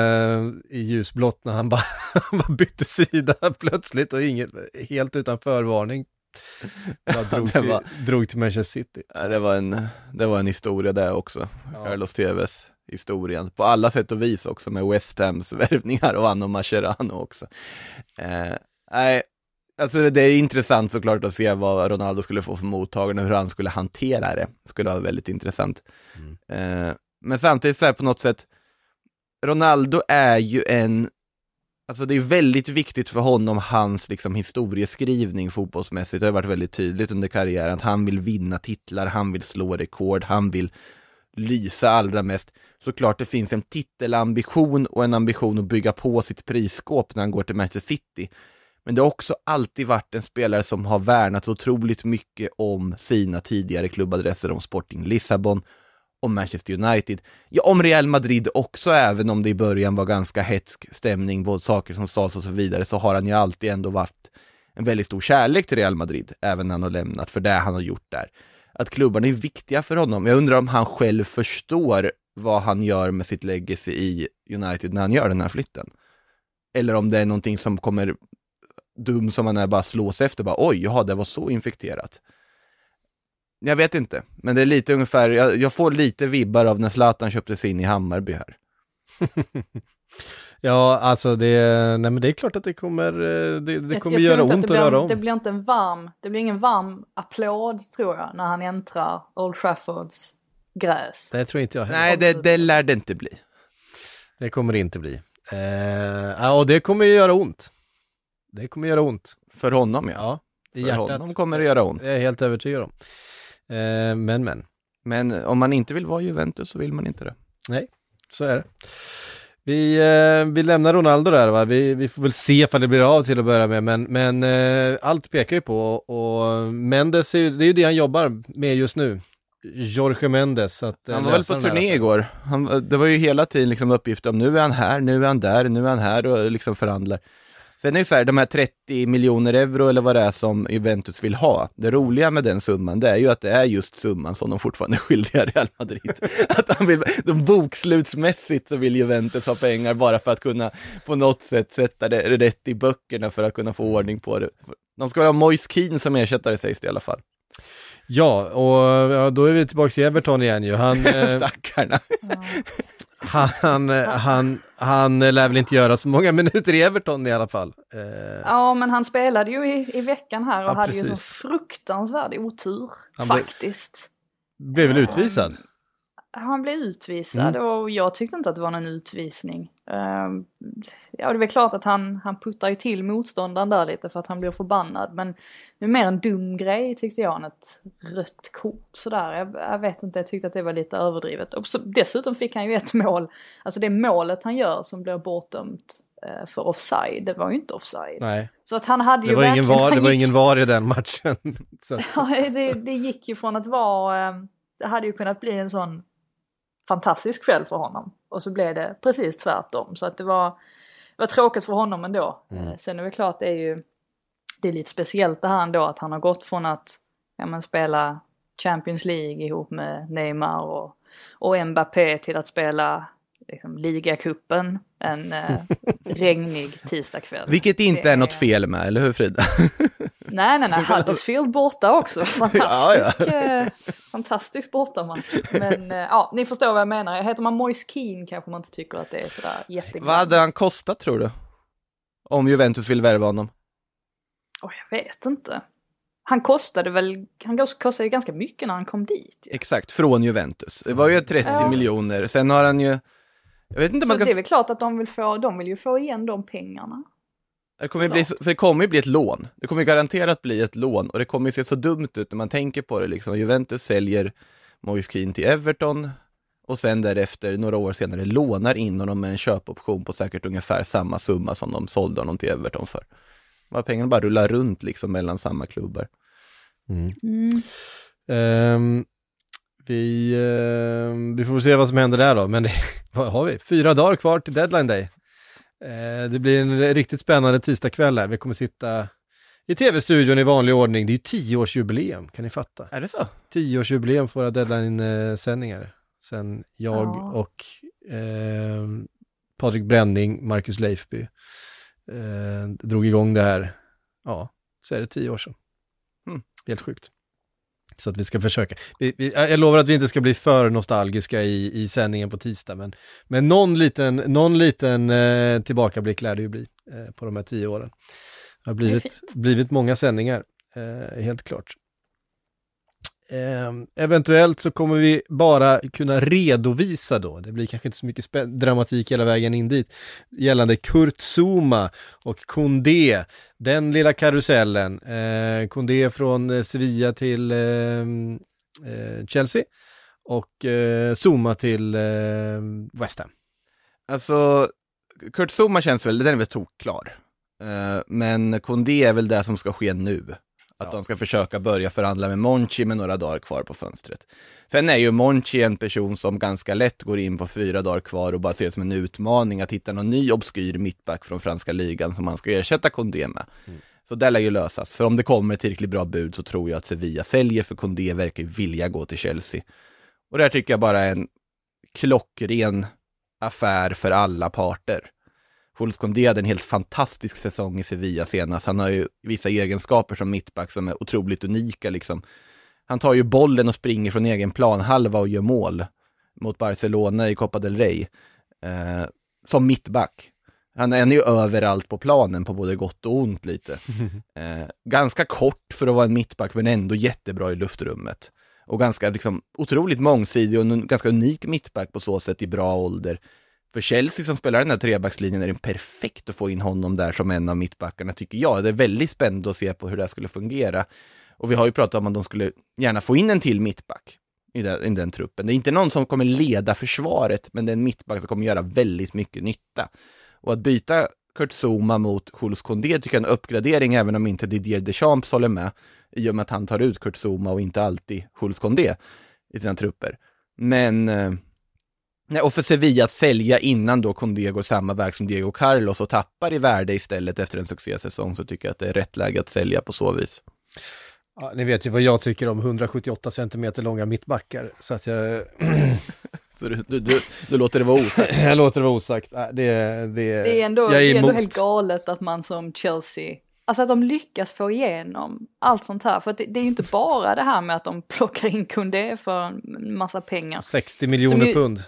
I ljusblått när han bara, han bara bytte sida plötsligt och inget, helt utan förvarning. Bara drog, till, var, drog till Manchester City. Ja, det, var en, det var en historia där också. Ja. Carlos Tevez. Historien på alla sätt och vis också med West Hams värvningar och Anno Mascherano också. Eh, nej, alltså det är intressant såklart att se vad Ronaldo skulle få för mottagande och hur han skulle hantera det. Det skulle vara väldigt intressant. Mm. Eh, men samtidigt så här på något sätt, Ronaldo är ju en, alltså det är väldigt viktigt för honom hans liksom historieskrivning fotbollsmässigt. Det har varit väldigt tydligt under karriären att han vill vinna titlar, han vill slå rekord, han vill lysa allra mest. Såklart det finns en titelambition och en ambition att bygga på sitt prisskåp när han går till Manchester City. Men det har också alltid varit en spelare som har värnat otroligt mycket om sina tidigare klubbadresser, om Sporting Lissabon, om Manchester United. Ja, om Real Madrid också, även om det i början var ganska hetsk stämning, både saker som sades och så vidare, så har han ju alltid ändå varit en väldigt stor kärlek till Real Madrid, även när han har lämnat, för det han har gjort där. Att klubbarna är viktiga för honom. Jag undrar om han själv förstår vad han gör med sitt legacy i United när han gör den här flytten. Eller om det är någonting som kommer dum som han är bara slås efter. Bara, oj, ja, det var så infekterat. Jag vet inte. Men det är lite ungefär, jag, jag får lite vibbar av när Zlatan köpte sig in i Hammarby här. Ja, alltså det, nej men det är klart att det kommer, det, det kommer jag, jag göra ont att röra om. Det blir inte en varm, det blir ingen varm applåd tror jag när han äntrar Old Traffords gräs. Det tror inte jag heller. Nej, det, det lär det inte bli. Det kommer det inte bli. Eh, och det kommer ju göra ont. Det kommer göra ont. För honom, ja. Ja, i För hjärtat. honom kommer det göra ont. Det är jag helt övertygad om. Eh, men, men. Men om man inte vill vara Juventus så vill man inte det. Nej, så är det. Vi, eh, vi lämnar Ronaldo där, va? Vi, vi får väl se ifall det blir av till att börja med, men, men eh, allt pekar ju på, och Mendes är ju, det är ju det han jobbar med just nu. Jorge Mendes. Att, han var väl på turné igår. Han, det var ju hela tiden liksom uppgifter om nu är han här, nu är han där, nu är han här och liksom förhandlar. Sen är det så här, de här trettio miljoner euro eller vad det är som Juventus vill ha. Det roliga med den summan, det är ju att det är just summan som de fortfarande är skyldiga Real Madrid. Att han vill, de bokslutsmässigt så vill Juventus ha pengar bara för att kunna på något sätt sätta det rätt i böckerna för att kunna få ordning på det. De ska ha Moise Kean som ersättare, sägs det i alla fall. Ja, och ja, då är vi tillbaka i Everton igen ju. Han, Stackarna. Han, han, han, han lär väl inte göra så många minuter i Everton i alla fall. Eh. Ja, men han spelade ju i, i veckan här och ja, hade precis. ju en fruktansvärd otur, han faktiskt. Blev, blev väl utvisad? Han blev utvisad Mm. och jag tyckte inte att det var någon utvisning. Uh, ja, det är väl klart att han, han puttar ju till motståndaren där lite för att han blir förbannad. Men det är mer en dum grej tyckte jag än ett rött kort sådär. Jag, jag vet inte, jag tyckte att det var lite överdrivet. Och så, dessutom fick han ju ett mål. Alltså det målet han gör som blir bortdömt uh, för offside, det var ju inte offside. Nej. Så att han hade ju det var ingen var, det var gick, ingen var i den matchen. Så att. Ja, det, det gick ju från att vara, uh, det hade ju kunnat bli en sån fantastisk kväll för honom. Och så blev det precis tvärtom. Så att det var, det var tråkigt för honom ändå. Mm. Sen är det klart, det är ju det är lite speciellt det här ändå. Att han har gått från att ja, men, spela Champions League ihop med Neymar och, och Mbappé till att spela liksom, ligacupen en eh, regnig tisdagkväll. Vilket inte det är något fel med, eller hur Frida? Nej, nej, nej. Huddersfield borta också. Fantastisk, Ja, ja. eh, fantastisk bortamatch. Men eh, ja, ni förstår vad jag menar. Heter man Moise Kean kanske man inte tycker att det är sådär jätteglatt. Vad hade han kostat, tror du? Om Juventus vill värva honom? Oh, jag vet inte. Han kostade väl, han kostade ju ganska mycket när han kom dit. Ju. Exakt, från Juventus. Det var ju trettio Ja. miljoner. Sen har han ju... Jag vet inte om Så man kan... det är väl klart att de vill få, de vill ju få igen de pengarna. Det kommer, ju bli, så- för det kommer ju bli ett lån. Det kommer ju garanterat bli ett lån. Och det kommer ju se så dumt ut när man tänker på det. Liksom. Juventus säljer Moise Kean till Everton. Och sen därefter, några år senare, lånar in honom med en köpoption på säkert ungefär samma summa som de sålde honom till Everton för. Bara pengarna bara rullar runt liksom mellan samma klubbar. Mm. Mm. Ehm, vi, ehm, vi får se vad som händer där då, men det, vad har vi? Fyra dagar kvar till deadline day. Eh, det blir en riktigt spännande tisdagkväll här. Vi kommer sitta i tv-studion i vanlig ordning. Det är ju tioårsjubileum, kan ni fatta? Är det så? Tioårsjubileum för våra deadline-sändningar. Sen jag Ja. och eh, Patrik Bränning, Marcus Leifby eh, drog igång det här. Ja, så är det tio år sedan. Mm. Helt sjukt. Så att vi ska försöka. Vi, vi, jag lovar att vi inte ska bli för nostalgiska i, i sändningen på tisdag, men, men någon liten, någon liten eh, tillbakablick lär det ju bli eh, på de här tio åren. Det har blivit, fint. blivit många sändningar, eh, helt klart. Eh, eventuellt så kommer vi bara kunna redovisa då, det blir kanske inte så mycket spä- dramatik hela vägen in dit, gällande Kurt Zouma och Koundé, den lilla karusellen. Eh, Koundé från eh, Sevilla till eh, eh, Chelsea och eh, Zouma till eh, West Ham. Alltså, Kurt Zouma känns väl, den är väl tokklar. Uh, men Koundé är väl det som ska ske nu. Att Ja. de ska försöka börja förhandla med Monchi med några dagar kvar på fönstret. Sen är ju Monchi en person som ganska lätt går in på fyra dagar kvar och bara ser det som en utmaning att hitta någon ny obskyr mittback från franska ligan som man ska ersätta Koundé med. Mm. Så det lär ju lösas. För om det kommer ett tillräckligt bra bud så tror jag att Sevilla säljer, för Koundé verkar ju vilja gå till Chelsea. Och det här tycker jag bara är en klockren affär för alla parter. Jules Koundé hade en helt fantastisk säsong i Sevilla senast. Han har ju vissa egenskaper som mittback som är otroligt unika liksom. Han tar ju bollen och springer från egen planhalva och gör mål mot Barcelona i Copa del Rey eh, som mittback. Han är ju överallt på planen på både gott och ont lite. Eh, ganska kort för att vara en mittback, men ändå jättebra i luftrummet. Och ganska liksom otroligt mångsidig och en ganska unik mittback på så sätt i bra ålder. För Chelsea som spelar den här trebackslinjen är det perfekt att få in honom där som en av mittbackarna, tycker jag. Det är väldigt spännande att se på hur det skulle fungera. Och vi har ju pratat om att de skulle gärna få in en till mittback i den, i den truppen. Det är inte någon som kommer leda försvaret, men det är en mittback som kommer göra väldigt mycket nytta. Och att byta Kurt Zouma mot Jules Koundé tycker jag är en uppgradering, även om inte Didier Deschamps håller med, i och med att han tar ut Kurt Zouma och inte alltid Jules Koundé i sina trupper. Men... Nej, och för Sevilla att sälja innan då Koundé går samma väg som Diego Carlos och tappar i värde istället efter en succésäsong, så tycker jag att det är rätt läge att sälja på så vis. Ja, ni vet ju vad jag tycker om hundrasjuttioåtta centimeter långa mittbackar, så att jag... Så du, du, du, du låter det vara osagt. jag låter det vara osagt. Det, det, Det är ändå, jag det är ändå emot. helt galet att man som Chelsea, alltså att de lyckas få igenom allt sånt här. För att det, det är ju inte bara det här med att de plockar in Koundé för en massa pengar. sextio miljoner ju- pund.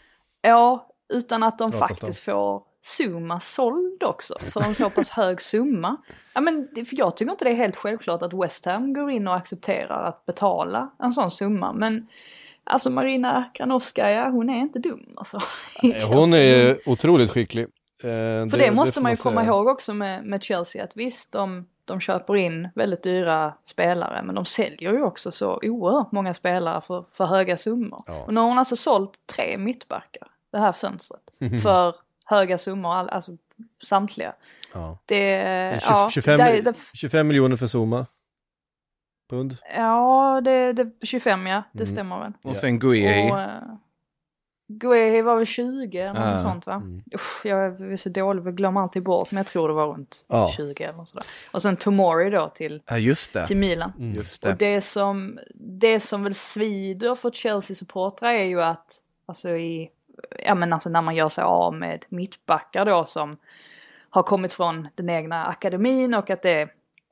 Ja, utan att de Pratas faktiskt får Zouma såld också för en så pass hög summa. Ja, men det, för jag tycker inte det är helt självklart att West Ham går in och accepterar att betala en sån summa. Men alltså Marina Granovskaja, hon är inte dum alltså. Hon är otroligt skicklig. Eh, För det, måste får man ju komma säga. ihåg också med, med Chelsea, att visst, de, de köper in väldigt dyra spelare, men de säljer ju också så oerhört många spelare för, för höga summor. Ja. Och nu har hon alltså sålt tre mittbackar, det här fönstret, för höga summor, all, alltså samtliga. Ja. Det, tjugo, ja, tjugofem, det, det, tjugofem miljoner för Zouma. Pund. ja, det, det tjugofem, ja, det Mm. stämmer väl. Och sen Guehi. Och, uh, Guehi var väl tjugo eller något Ja. sånt va? Mm. Usch, jag är så dålig, jag glömmer alltid bort, men jag tror det var runt Ja. tjugo eller sådär. Och sen Tomori då till, Ja, just det. till Milan. Mm. Just Och det. det som, det som väl svider för Chelsea-supportrar är ju att, alltså i, ja men alltså när man gör sig av med mittbackar då som har kommit från den egna akademin, och att det,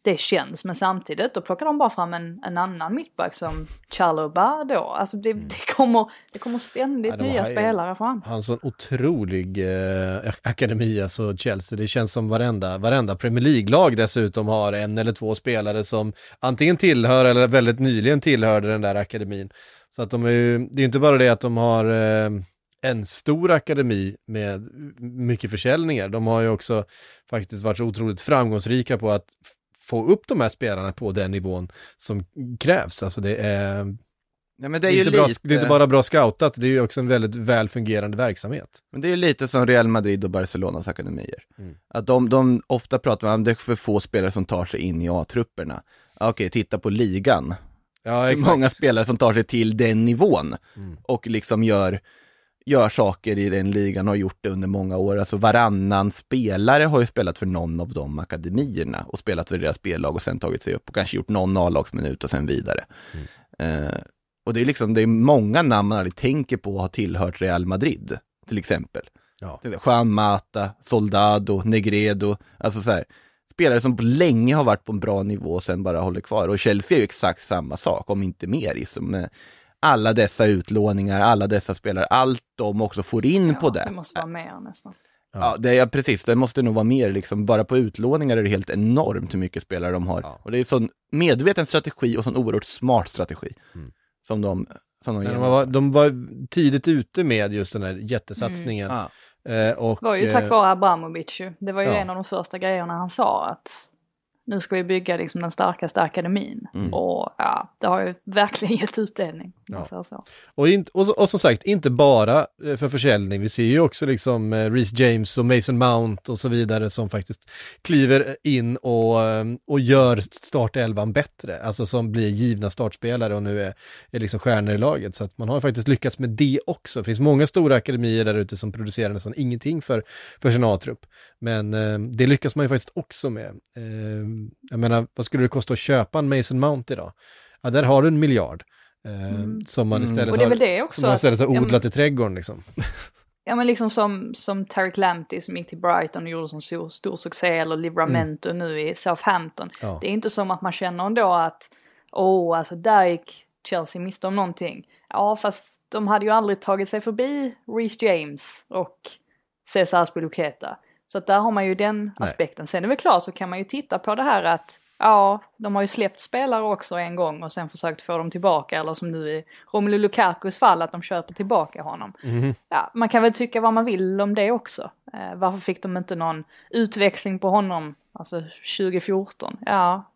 det känns, men samtidigt då plockar de bara fram en, en annan mittback som Chalobah då. Alltså det, det, kommer, det kommer ständigt Ja, nya har, spelare fram. Han har en sån otrolig eh, akademi, alltså Chelsea. Det känns som varenda, varenda Premier League-lag dessutom har en eller två spelare som antingen tillhör eller väldigt nyligen tillhörde den där akademin. Så att de är ju, det är inte bara det att de har eh, en stor akademi med mycket försäljningar. De har ju också faktiskt varit så otroligt framgångsrika på att f- få upp de här spelarna på den nivån som krävs. Alltså det är, Nej, men det är det är ju inte, bra, lite... det är inte bara bra scoutat, det är ju också en väldigt väl fungerande verksamhet. Men det är ju lite som Real Madrid och Barcelonas akademier. Mm. Att de, de ofta pratar om att det är för få spelare som tar sig in i A-trupperna. Okej, titta på ligan. Ja, Det är exakt. många spelare som tar sig till den nivån Mm. och liksom gör, gör saker i den ligan och har gjort det under många år. Alltså varannan spelare har ju spelat för någon av de akademierna och spelat för deras spellag och sen tagit sig upp och kanske gjort någon A-lagsminut och sen vidare. Mm. Eh, och det är liksom, det är många namn man aldrig tänker på har tillhört Real Madrid, till exempel. Ja. Juan Mata, Soldado, Negredo, alltså så här, spelare som på länge har varit på en bra nivå och sen bara håller kvar. Och Chelsea är ju exakt samma sak, om inte mer. Liksom, med alla dessa utlåningar, alla dessa spelare, allt de också får in Ja, på det. det måste vara mer nästan. Ja, det är precis. Det måste nog vara mer. Liksom. Bara på utlåningar är det helt enormt hur mycket spelare de har. Ja. Och det är sån medveten strategi och sån oerhört smart strategi Mm. som de, som de Men de, genomför. var, de var tidigt ute med just den här jättesatsningen. Ja. Eh, och, Det var ju tack eh, vare Abramovic ju. Det var ju ja. en av de första grejerna han sa att nu ska vi bygga liksom den starkaste akademin. Mm. Och ja, det har ju verkligen gett utdelning. Ja. Ja. Så. Och, in, och, och som sagt, inte bara eh, för försäljning. Vi ser ju också liksom eh, Reece James och Mason Mount och så vidare som faktiskt kliver in och, eh, och gör startelvan bättre. Alltså som blir givna startspelare och nu är, är liksom stjärnor i laget. Så att man har faktiskt lyckats med det också. Det finns många stora akademier där ute som producerar nästan ingenting för, för sin A-trupp. Men eh, det lyckas man ju faktiskt också med. Eh, jag menar, vad skulle det kosta att köpa en Mason Mount idag? Ja, där har du en miljard. Eh, Mm. som man istället Och det är väl har, det också som man istället att- har ja, men- odlat i trädgården liksom. Ja men liksom som, som Tariq Lamptey som gick till Brighton och gjorde som stor, stor succé, eller Livramento nu i Southampton. Ja. Det är inte som att man känner ändå att åh, oh, alltså där gick Chelsea miste om någonting. Ja, fast de hade ju aldrig tagit sig förbi Reece James och Cesar Azpilicueta. Så att där har man ju den aspekten. Sen är det väl klart så kan man ju titta på det här att ja, de har ju släppt spelare också en gång och sen försökt få dem tillbaka. Eller som nu i Romelu Lukakus fall att de köper tillbaka honom. Mm. Ja, man kan väl tycka vad man vill om det också. Eh, varför fick de inte någon utväxling på honom, alltså tjugo fjorton? Ja,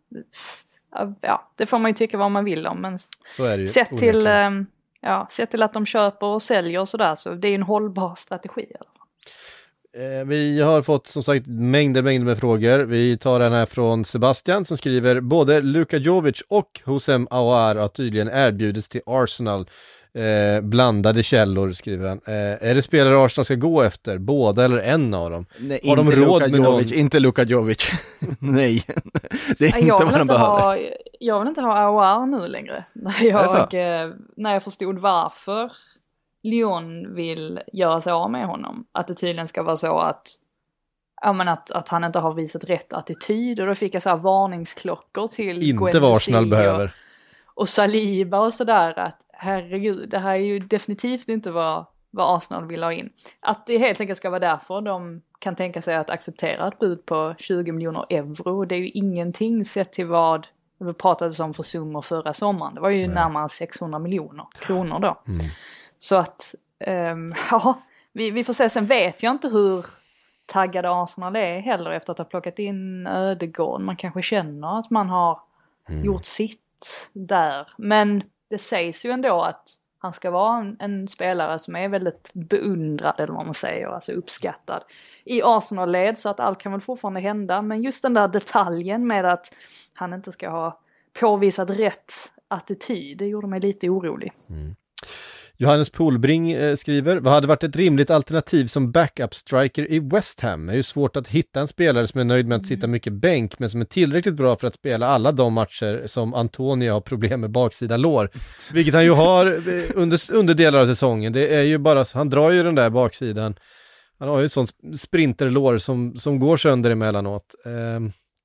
ja, det får man ju tycka vad man vill om. Men Så är det ju. sett till, onekligen. eh, ja, sett till att de köper och säljer och sådär, så det är ju en hållbar strategi i alla fall. Eh, vi har fått som sagt mängder, mängder med frågor. Vi tar den här från Sebastian som skriver både Luka Jovic och Hosem Aouar har tydligen erbjudits till Arsenal. Eh, blandade källor skriver han. Eh, är det spelare Arsenal ska gå efter? Båda eller en av dem? Nej, Har de inte råd Luka med Jovic, någon? inte Luka Jovic. Nej, det är Nej, inte jag, vad vill de inte behöver. ha, jag vill inte ha Aouar nu längre. När Är det jag, så? eh, när jag förstod varför Lyon vill göra sig av med honom. Att det tydligen ska vara så att, ja, men att, att han inte har visat rätt attityd. Och då fick jag så här varningsklockor till Inte vad Arsenal och, behöver. och Saliba och sådär. Att herregud, det här är ju definitivt inte vad, vad Arsenal vill ha in. Att det helt enkelt ska vara därför de kan tänka sig att acceptera ett bud på tjugo miljoner euro. Det är ju ingenting sett till vad vi pratade om för summor förra sommaren. Det var ju närmare sexhundra miljoner kronor då. Mm. Så att, um, ja, vi, vi får se. Sen vet jag inte hur taggade Arsenal är heller efter att ha plockat in Ödegård. Man kanske känner att man har Mm. gjort sitt där. Men det sägs ju ändå att han ska vara en, en spelare som är väldigt beundrad, eller vad man säger, alltså uppskattad i Arsenal-led, så att allt kan väl fortfarande hända. Men just den där detaljen med att han inte ska ha påvisat rätt attityd, det gjorde mig lite orolig. Johannes Polbring eh, skriver, vad hade varit ett rimligt alternativ som backup-striker i West Ham? Det är ju svårt att hitta en spelare som är nöjd med att sitta mycket bänk, men som är tillräckligt bra för att spela alla de matcher som Antonio har problem med baksida lår. Vilket han ju har eh, under, under delar av säsongen. Det är ju bara, han drar ju den där baksidan. Han har ju ett sånt sprinterlår som, som går sönder emellanåt. Eh,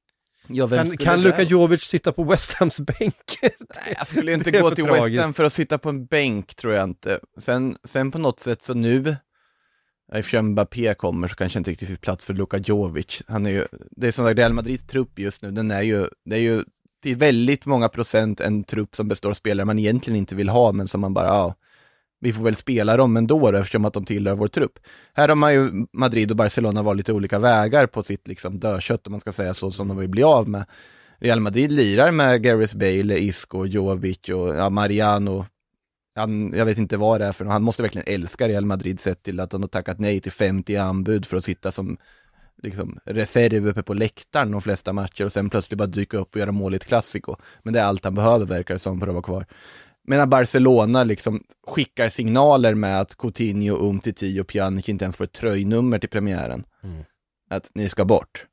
Ja, vem Kan, skulle kan det Luka vara? Jovic sitta på West Hams bänk? Nej, jag skulle inte Det är gå för till tragiskt. West Ham för att sitta på en bänk, tror jag inte. Sen, sen på något sätt så nu, eftersom Mbappé kommer, så kanske inte riktigt finns plats för Luka Jovic. Han är ju, det är som sagt Real Madrids trupp just nu, den är ju, det är ju till väldigt många procent en trupp som består av spelare man egentligen inte vill ha, men som man bara, ja, vi får väl spela dem ändå då, eftersom att de tillhör vår trupp. Här har man ju Madrid och Barcelona varit lite olika vägar på sitt liksom dödkött, om man ska säga så, som de vill bli av med. Real Madrid lirar med Gareth Bale, Isco, Jovic och ja, Mariano. Han, jag vet inte vad det är för, han måste verkligen älska Real Madrid sett till att han har tackat nej till femtio anbud för att sitta som liksom reserv uppe på läktaren de flesta matcher och sen plötsligt bara dyka upp och göra mål i ett klassiko. Men det är allt han behöver, verkar det som, för att vara kvar. Medan Barcelona liksom skickar signaler med att Coutinho, Umtiti och Pjanic inte ens får ett tröjnummer till premiären. Mm. Att ni ska bort.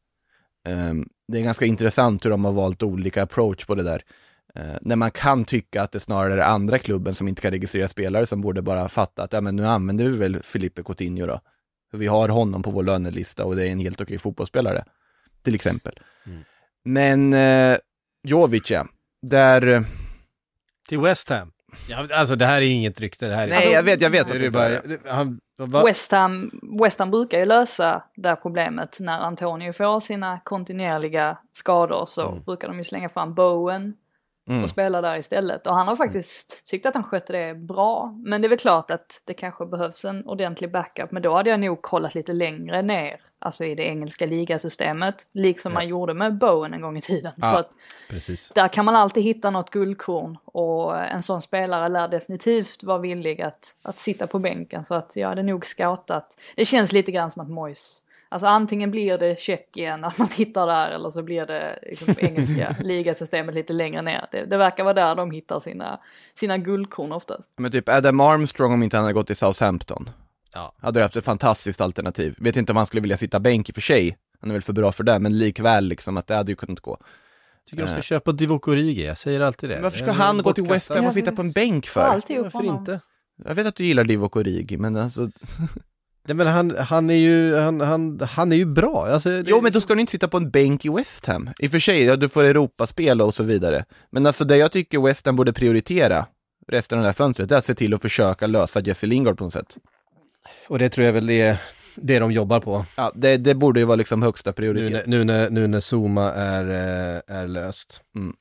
Um, det är ganska intressant hur de har valt olika approach på det där. Uh, när man kan tycka att det snarare är andra klubben som inte kan registrera spelare som borde bara fatta att ja, men nu använder vi väl Felipe Coutinho då. För vi har honom på vår lönelista och det är en helt okej fotbollsspelare. Till exempel. Mm. Men uh, Jovic, ja. Där... Till West Ham. Ja, alltså det här är inget rykte. Det här är... Nej, jag vet, jag vet. Det att är det bara... är. Han, va? West Ham, West Ham brukar ju lösa det här problemet när Antonio får sina kontinuerliga skador, så Mm. brukar de ju slänga fram Bowen Mm. och spela där istället. Och han har faktiskt tyckt att han skötte det bra. Men det är väl klart att det kanske behövs en ordentlig backup. Men då hade jag nog kollat lite längre ner. Alltså i det engelska ligasystemet. Liksom ja. man gjorde med Bowen en gång i tiden. Ja, för att precis. Där kan man alltid hitta något guldkorn. Och en sån spelare lär definitivt vara villig att, att sitta på bänken. Så att jag hade nog scoutat. Det känns lite grann som att Moyes. Alltså antingen blir det Tjeckien att man tittar där, eller så blir det liksom engelska ligasystemet lite längre ner. Det, det verkar vara där de hittar sina, sina guldkorn oftast. Men typ Adam Armstrong, om inte han hade gått till Southampton, ja. hade haft ett fantastiskt alternativ. Vet inte om han skulle vilja sitta bänk i och för sig. Han är väl för bra för det, men likväl liksom att det hade ju kunnat gå. Tycker de ska uh. köpa Divock Origi, jag säger alltid det. Men varför ska han gå till West Ham och sitta på en bänk för? Varför inte? Jag vet att du gillar Divock Origi, men alltså... Nej, men han, han är ju han, han, han är ju bra. Alltså, det... Jo, men då ska du inte sitta på en bänk i West Ham. I och för sig, ja, du får Europaspel och så vidare. Men alltså det jag tycker West Ham borde prioritera resten av det här fönstret, det är att se till att försöka lösa Jesse Lingard på något sätt. Och det tror jag väl är det de jobbar på. Ja, det, det borde ju vara liksom högsta prioritet. Nu, nu, när, nu när Zuma är, är löst. Mm.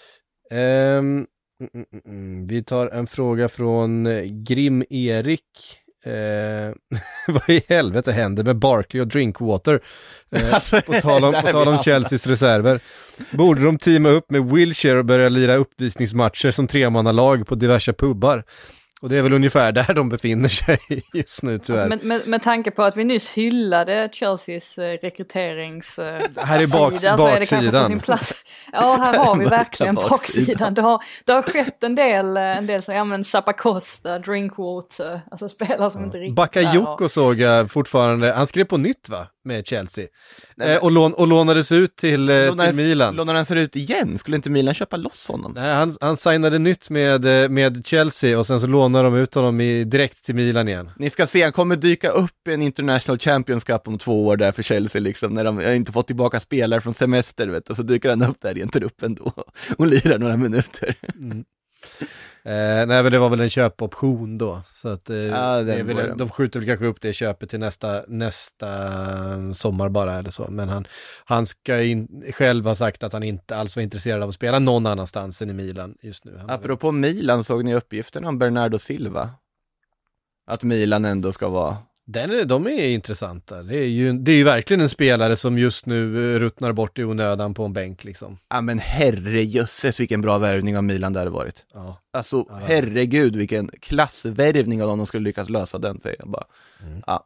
Um, mm, mm, mm. Vi tar en fråga från Grim Erik. Eh, vad i helvete händer med Barkley och Drinkwater? Eh, alltså, på tal om, på tal om Chelseas reserver. Borde de teama upp med Wilshere och börja lira uppvisningsmatcher som tremannalag på diverse pubbar? Och det är väl ungefär där de befinner sig just nu, tyvärr. Alltså med, med, med tanke på att vi nyss hyllade Chelseas eh, rekryterings... Eh, här är bak, sida, baksidan. Så är det kanske på sin plats. Ja, här har vi verkligen baksidan. Det har, det har skett en del, en del som, ja men Zappacosta, Drinkwater, alltså spelare som ja. inte riktigt... Bakayoko såg jag fortfarande, han skrev på nytt va, med Chelsea. Nej, eh, och, lån, och lånades ut till, eh, till Milan. Lånades han ut igen? Skulle inte Milan köpa loss honom? Nej, han, han signade nytt med, med Chelsea och sen så lånar de ut honom i, direkt till Milan igen. Ni ska se, han kommer dyka upp i en International Champions Cup om två år där för Chelsea liksom, när de har inte fått tillbaka spelare från semester, vet du, och så dyker han upp där i en trupp ändå och lirar några minuter. Mm. Eh, nej, men det var väl en köpoption då, så att eh, ja, det är väl en, de skjuter väl kanske upp det köpet till nästa, nästa sommar bara eller så, men han, han ska in, själv ha sagt att han inte alls var intresserad av att spela någon annanstans än i Milan just nu. Han Apropå väl... Milan, såg ni uppgifterna om Bernardo Silva? Att Milan ändå ska vara... Den är, de är intressanta. Det är, ju, det är ju verkligen en spelare som just nu ruttnar bort i onödan på en bänk liksom. Ja men herrejösses vilken bra värvning av Milan det hade varit. Ja. Alltså ja, herregud vilken klassvärvning av dem de skulle lyckas lösa den, säger jag bara. Mm. Ja.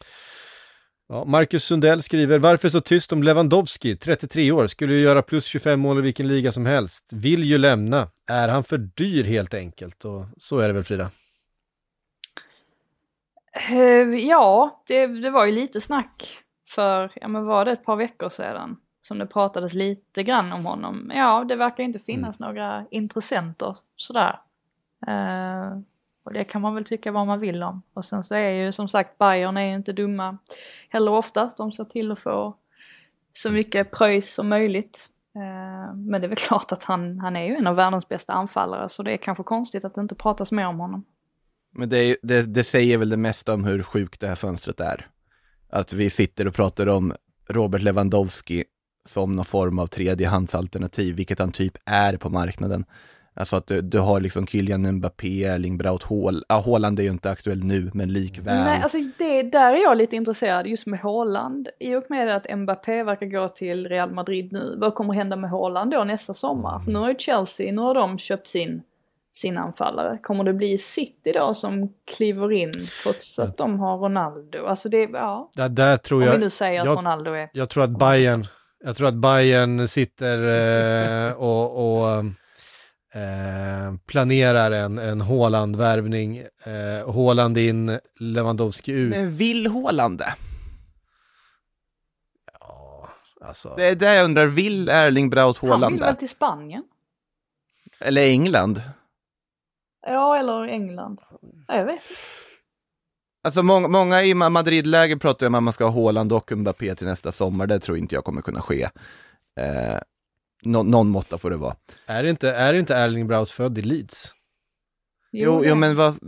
Ja, Marcus Sundell skriver, varför så tyst om Lewandowski, trettiotre år, skulle ju göra plus tjugofem mål i vilken liga som helst. Vill ju lämna. Är han för dyr helt enkelt? Och så är det väl, Frida? Ja, det, det var ju lite snack för, ja men var det ett par veckor sedan som det pratades lite grann om honom. Ja, det verkar inte finnas mm. några intressenter sådär. Uh, och det kan man väl tycka vad man vill om. Och sen så är ju som sagt Bayern är ju inte dumma heller oftast. De ser till att få så mycket pröjs som möjligt. Eh, men det är väl klart att han, han är ju en av världens bästa anfallare, så det är kanske konstigt att det inte pratas mer om honom. Men det, är, det, det säger väl det mesta om hur sjukt det här fönstret är. Att vi sitter och pratar om Robert Lewandowski som någon form av tredjehandsalternativ, vilket han typ är på marknaden. Alltså att du, du har liksom Kylian Mbappé, Erling Braut Haaland. Ja, Haaland är ju inte aktuell nu, men likväl. Nej, alltså det, där är jag lite intresserad just med Haaland. I och med att Mbappé verkar gå till Real Madrid nu, vad kommer hända med Haaland då nästa sommar? För nu har ju Chelsea, nu har de köpt sin, sin anfallare. Kommer det bli City då som kliver in trots att de har Ronaldo? Alltså det, ja. Där, där tror Om jag, vi nu säger att jag, Ronaldo är... Jag tror att Bayern, jag tror att Bayern sitter eh, och... och Eh, planerar en, en Haaland-värvning, eh, Haaland in, Lewandowski ut. Men vill Haaland det? Ja, alltså. Det är det jag undrar, vill Erling Braut Haaland det? Han vill väl till Spanien? Eller England? Ja, eller England. Ja, jag vet inte. Alltså må- många i Madrid-läger pratar om att man ska ha Haaland och Mbappé till nästa sommar. Det tror inte jag kommer kunna ske. Eh, nå- någon måtta får det vara. Är det inte, är det inte Erling Braut född i Leeds? Jo, jo men vad...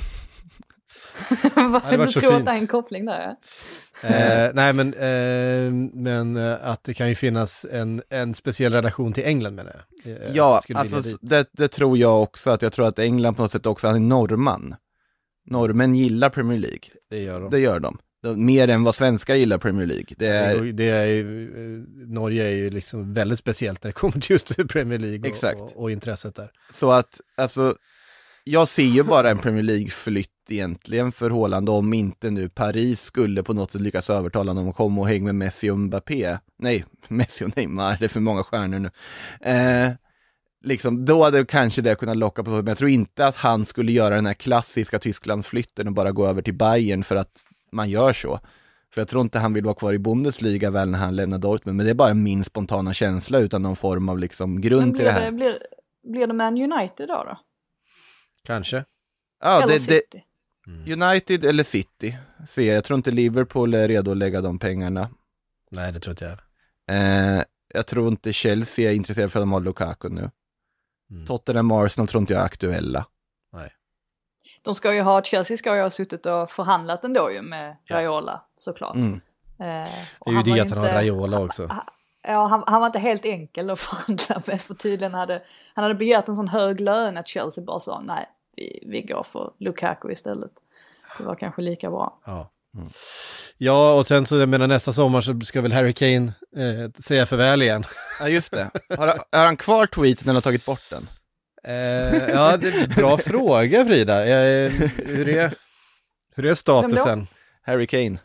Vad det var du så tror fint. att det är en koppling där, ja? Eh, nej men, eh, men eh, att det kan ju finnas en, en speciell relation till England med det. Eh, Ja, att det skulle vilja alltså dit. det, det tror jag också. Att jag tror att England på något sätt också, han är norrman. Norrmän gillar Premier League. Det gör de. Det gör de. de mer än vad svenskar gillar Premier League. Det är... Det, det är ju, eh, Norge är ju liksom väldigt speciellt när det kommer till just Premier League och, Exakt. och, och intresset där. Så att, alltså, jag ser ju bara en Premier League-flytt egentligen för Haaland, om inte nu Paris skulle på något sätt lyckas övertala honom att komma och hänga med Messi och Mbappé. Nej, Messi och Neymar, det är för många stjärnor nu. Eh, liksom, då hade kanske det kunnat locka på så, men jag tror inte att han skulle göra den här klassiska Tysklandsflytten och bara gå över till Bayern för att man gör så. För jag tror inte han vill vara kvar i Bundesliga väl när han lämnar Dortmund, men det är bara min spontana känsla utan någon form av liksom grund Men till blir det här. det, blir, blir det Man United då då? Kanske. Ja, Eller det, City? det, United eller City. Se, jag tror inte Liverpool är redo att lägga de pengarna. Nej, det tror inte jag. Eh, jag tror inte Chelsea är intresserad för att de har Lukaku nu. Mm. Tottenham och Arsenal tror inte jag är aktuella. Nej. De ska ju ha, Chelsea ska ju ha suttit och förhandlat ändå ju med Ja. Raiola, såklart. Mm. Eh, Det och är ju han var det att han har inte- Raiola också. Ja, han, han var inte helt enkel att förhandla med, för tydligen hade han hade begärt en sån hög lön att Chelsea bara sa nej, vi, vi går för Lukaku istället. Det var kanske lika bra. Ja. Mm. Ja, och sen så jag menar nästa sommar så ska väl Harry Kane eh, säga farväl igen. Ja, just det. Har, har han kvar tweeten eller har tagit bort den? Eh, ja, det är bra fråga Frida. Eh, hur, är, hur är statusen? Harry Kane.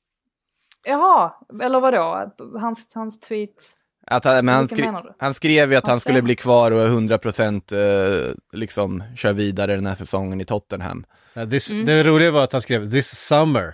Jaha, eller vadå? Hans, hans tweet. Att han, men han, Vilken skri- menar du? han skrev ju att Han han skulle stämmer. bli kvar och hundra procent eh, liksom kör vidare den här säsongen i Tottenham. Ja, this, Mm. Det roliga var att han skrev this summer.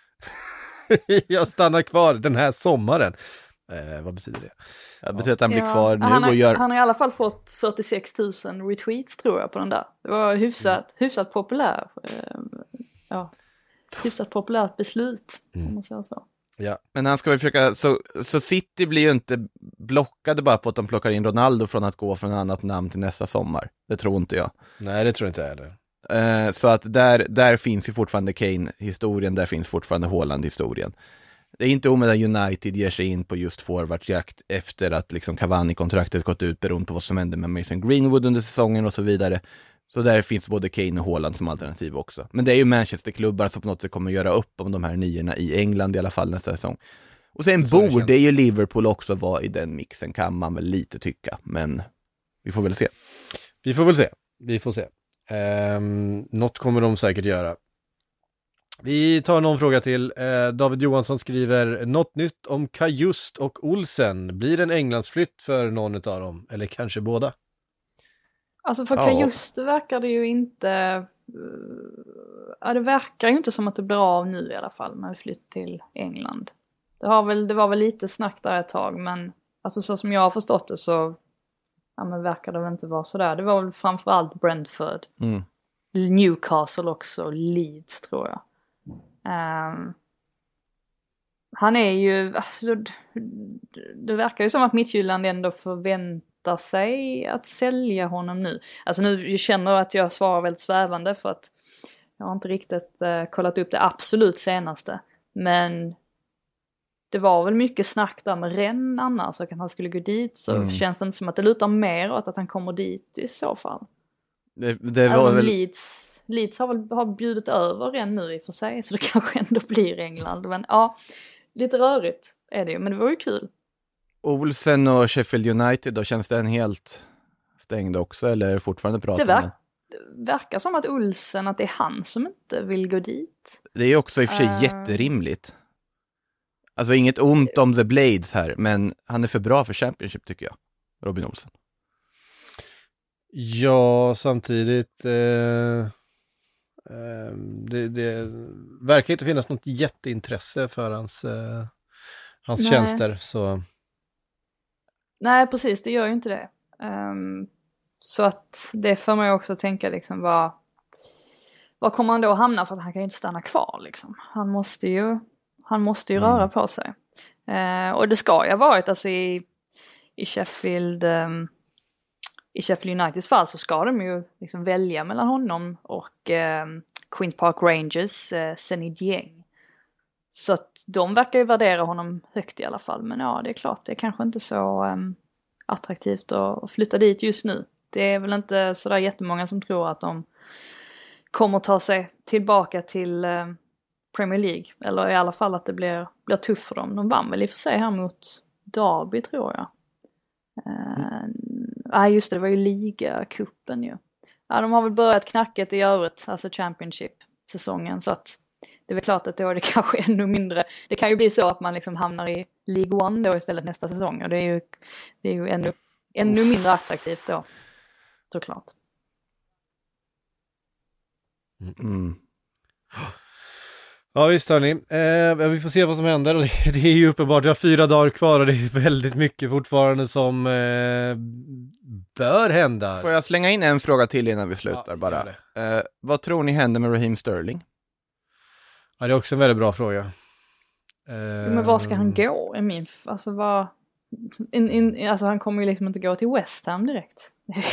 Jag stannar kvar den här sommaren. Eh, vad betyder det? Det betyder att han blir Ja, kvar nu han, har, och gör... han har i alla fall fått fyrtiosex tusen retweets tror jag på den där. Det var hyfsat, hyfsat populär. eh, Ja, hyfsat populärt beslut, om man säger så. Ja, Men han ska väl försöka, så, så City blir ju inte blockade bara på att de plockar in Ronaldo från att gå från ett annat namn till nästa sommar. Det tror inte jag. nej det tror jag inte jag heller. Eh, så att där, där finns ju fortfarande Kane-historien, där finns fortfarande Haaland-historien. Det är inte omöjligt att United ger sig in på just forwardsjakt efter att liksom Cavani-kontraktet gått ut beroende på vad som hände med Mason Greenwood under säsongen och så vidare. Så där finns både Kane och Haaland som alternativ också. Men det är ju Manchester-klubbar som på något sätt kommer göra upp om de här niorna i England i alla fall nästa säsong. Och sen Så det borde känns. ju Liverpool också vara i den mixen, kan man väl lite tycka. Men vi får väl se. Vi får väl se. Vi får se. Um, något kommer de säkert göra. Vi tar någon fråga till. Eh, David Johansson skriver något nytt om Kajust och Olsen. Blir det en Englandsflytt för någon av dem? Eller kanske båda? Alltså för Ja. Kajust verkar det ju inte... eh, Ja, det verkar ju inte som att det blir av nu i alla fall med en flytt till England. Det, har väl, det var väl lite snack där ett tag, men alltså så som jag har förstått det så ja, men verkar det väl inte vara sådär. Det var väl framförallt Brentford, Mm. Newcastle också, Leeds tror jag. Ehm, han är ju, alltså, det verkar ju som att Midtjylland ändå förväntar sig att sälja honom nu. Alltså nu jag känner att jag svarar väldigt svävande för att jag har inte riktigt uh, kollat upp det absolut senaste. Men det var väl mycket snack där med Rennes annars, och att han skulle gå dit, så mm. känns det inte som att det lutar mer åt att han kommer dit i så fall. Det, det var väl... Leeds, Leeds har väl har bjudit över Rennes nu i och för sig, så det kanske ändå blir England. Men ja, lite rörigt är det ju, men det var ju kul. Olsen och Sheffield United, då känns den helt stängd också, eller fortfarande pratar det verk- Det verkar som att Olsen, att det är han som inte vill gå dit. Det är också i och för sig uh... jätterimligt. Alltså inget ont om The Blades här, men han är för bra för Championship tycker jag, Robin Olsen. Ja, samtidigt eh, eh, det, det verkar inte finnas något jätteintresse för hans, eh, hans Nej. tjänster. Så. Nej, precis, det gör ju inte det. Um, så att det får man ju också tänka liksom, vad, vad kommer han då hamna, för att han kan ju inte stanna kvar liksom. Han måste ju Han måste ju mm. röra på sig. Eh, och det ska ju ha varit, alltså i, i Sheffield um, i Sheffield Uniteds fall så ska de ju liksom välja mellan honom och um, Queen's Park Rangers uh, Seny Dieng. Så att de verkar ju värdera honom högt i alla fall. Men ja, det är klart, det är kanske inte så um, attraktivt att, att flytta dit just nu. Det är väl inte sådär jättemånga som tror att de kommer ta sig tillbaka till um, Premier League, eller i alla fall att det blir, blir tufft för dem. De vann väl i och för sig här mot Derby, tror jag. Nej, uh, ah, just det, det var ju ligacupen ju. Ja, de har väl börjat knacket i övrigt, alltså Championship-säsongen, så att det är väl klart att då är det kanske ännu mindre. Det kan ju bli så att man liksom hamnar i League One då istället nästa säsong, och det är ju, det är ju ännu, ännu mindre attraktivt då, såklart. Mm. Ja visst hörni, eh, vi får se vad som händer, och det, det är ju uppenbart, vi har fyra dagar kvar och det är väldigt mycket fortfarande som eh, bör hända. Får jag slänga in en fråga till innan vi slutar ja, bara? Eh, vad tror ni händer med Raheem Sterling? Ja, det är också en väldigt bra fråga. Eh, Men var ska han gå? I min, alltså, var, in, in, alltså han kommer ju liksom inte gå till West Ham direkt.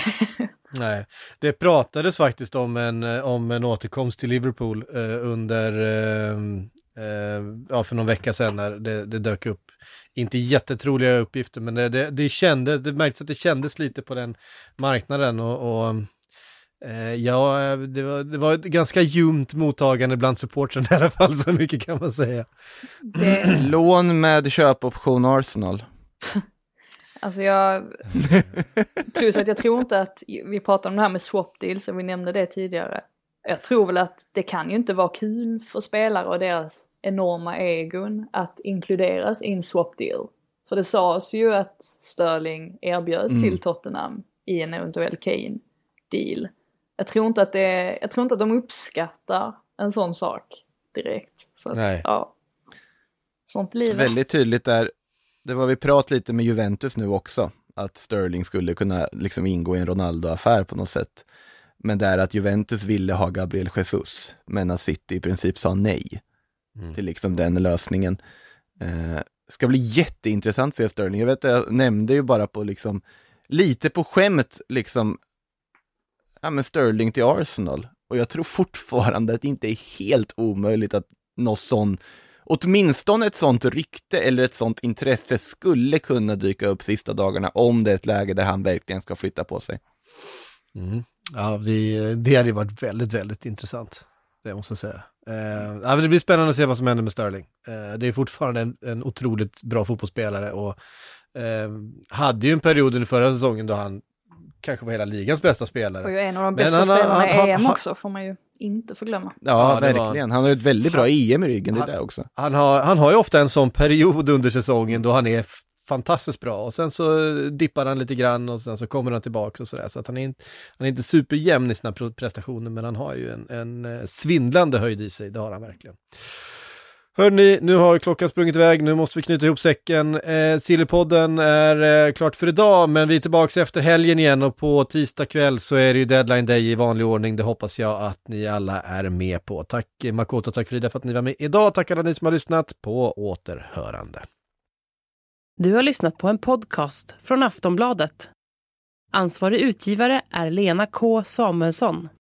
Nej, det pratades faktiskt om en, om en återkomst till Liverpool eh, under eh, eh, ja, för någon vecka sedan när det, det dök upp. Inte jättetroliga uppgifter, men det, det, det kändes, det märktes att det kändes lite på den marknaden, och, och eh, ja, det var, det var ett ganska ljumt mottagande bland supportrarna i alla fall, så mycket kan man säga. Det... Lån med köpoption Arsenal. Alltså jag, plus att jag tror inte att, vi pratade om det här med swap deals och vi nämnde det tidigare. Jag tror väl att det kan ju inte vara kul för spelare och deras enorma egon att inkluderas i en swap deal. För det sades ju att Sterling erbjöds mm. till Tottenham i en eventuell Kane deal. Jag tror inte att det, jag tror inte att de uppskattar en sån sak direkt. Så att, Nej. Ja. Sånt liv. Väldigt tydligt där. Det var vi prat lite med Juventus nu också, att Sterling skulle kunna liksom ingå i en Ronaldo-affär på något sätt. Men där att Juventus ville ha Gabriel Jesus, men att City i princip sa nej mm. till liksom den lösningen. Eh, ska bli jätteintressant att se Sterling. Jag vet, jag nämnde ju bara på liksom, lite på skämt liksom, ja men Sterling till Arsenal. Och jag tror fortfarande att det inte är helt omöjligt att någon sån, åtminstone ett sånt rykte eller ett sånt intresse skulle kunna dyka upp sista dagarna om det är ett läge där han verkligen ska flytta på sig. Mm. Ja, det, det hade ju varit väldigt, väldigt intressant. Det måste jag säga. Eh, ja, men det blir spännande att se vad som händer med Sterling. Eh, det är fortfarande en, en otroligt bra fotbollsspelare och eh, hade ju en period under förra säsongen då han kanske var hela ligans bästa spelare. Och ju en av de bästa spelarna i E M också, får man ju inte förglömma. Ja, ja verkligen. Han har ju ett väldigt bra E M i ryggen, han, det där också. Han har, han har ju ofta en sån period under säsongen då han är fantastiskt bra och sen så dippar han lite grann och sen så kommer han tillbaka och sådär, så att han är inte, han är inte superjämn i sina prestationer, men han har ju en, en svindlande höjd i sig, det har han verkligen. Hörrni, nu har klockan sprungit iväg, nu måste vi knyta ihop säcken. Eh, Sillypodden är eh, klart för idag, men vi är tillbaka efter helgen igen och på tisdag kväll så är det ju deadline day i vanlig ordning. Det hoppas jag att ni alla är med på. Tack Makoto, tack Frida för att ni var med idag. Tack alla ni som har lyssnat, på återhörande. Du har lyssnat på en podcast från Aftonbladet. Ansvarig utgivare är Lena K. Samuelsson.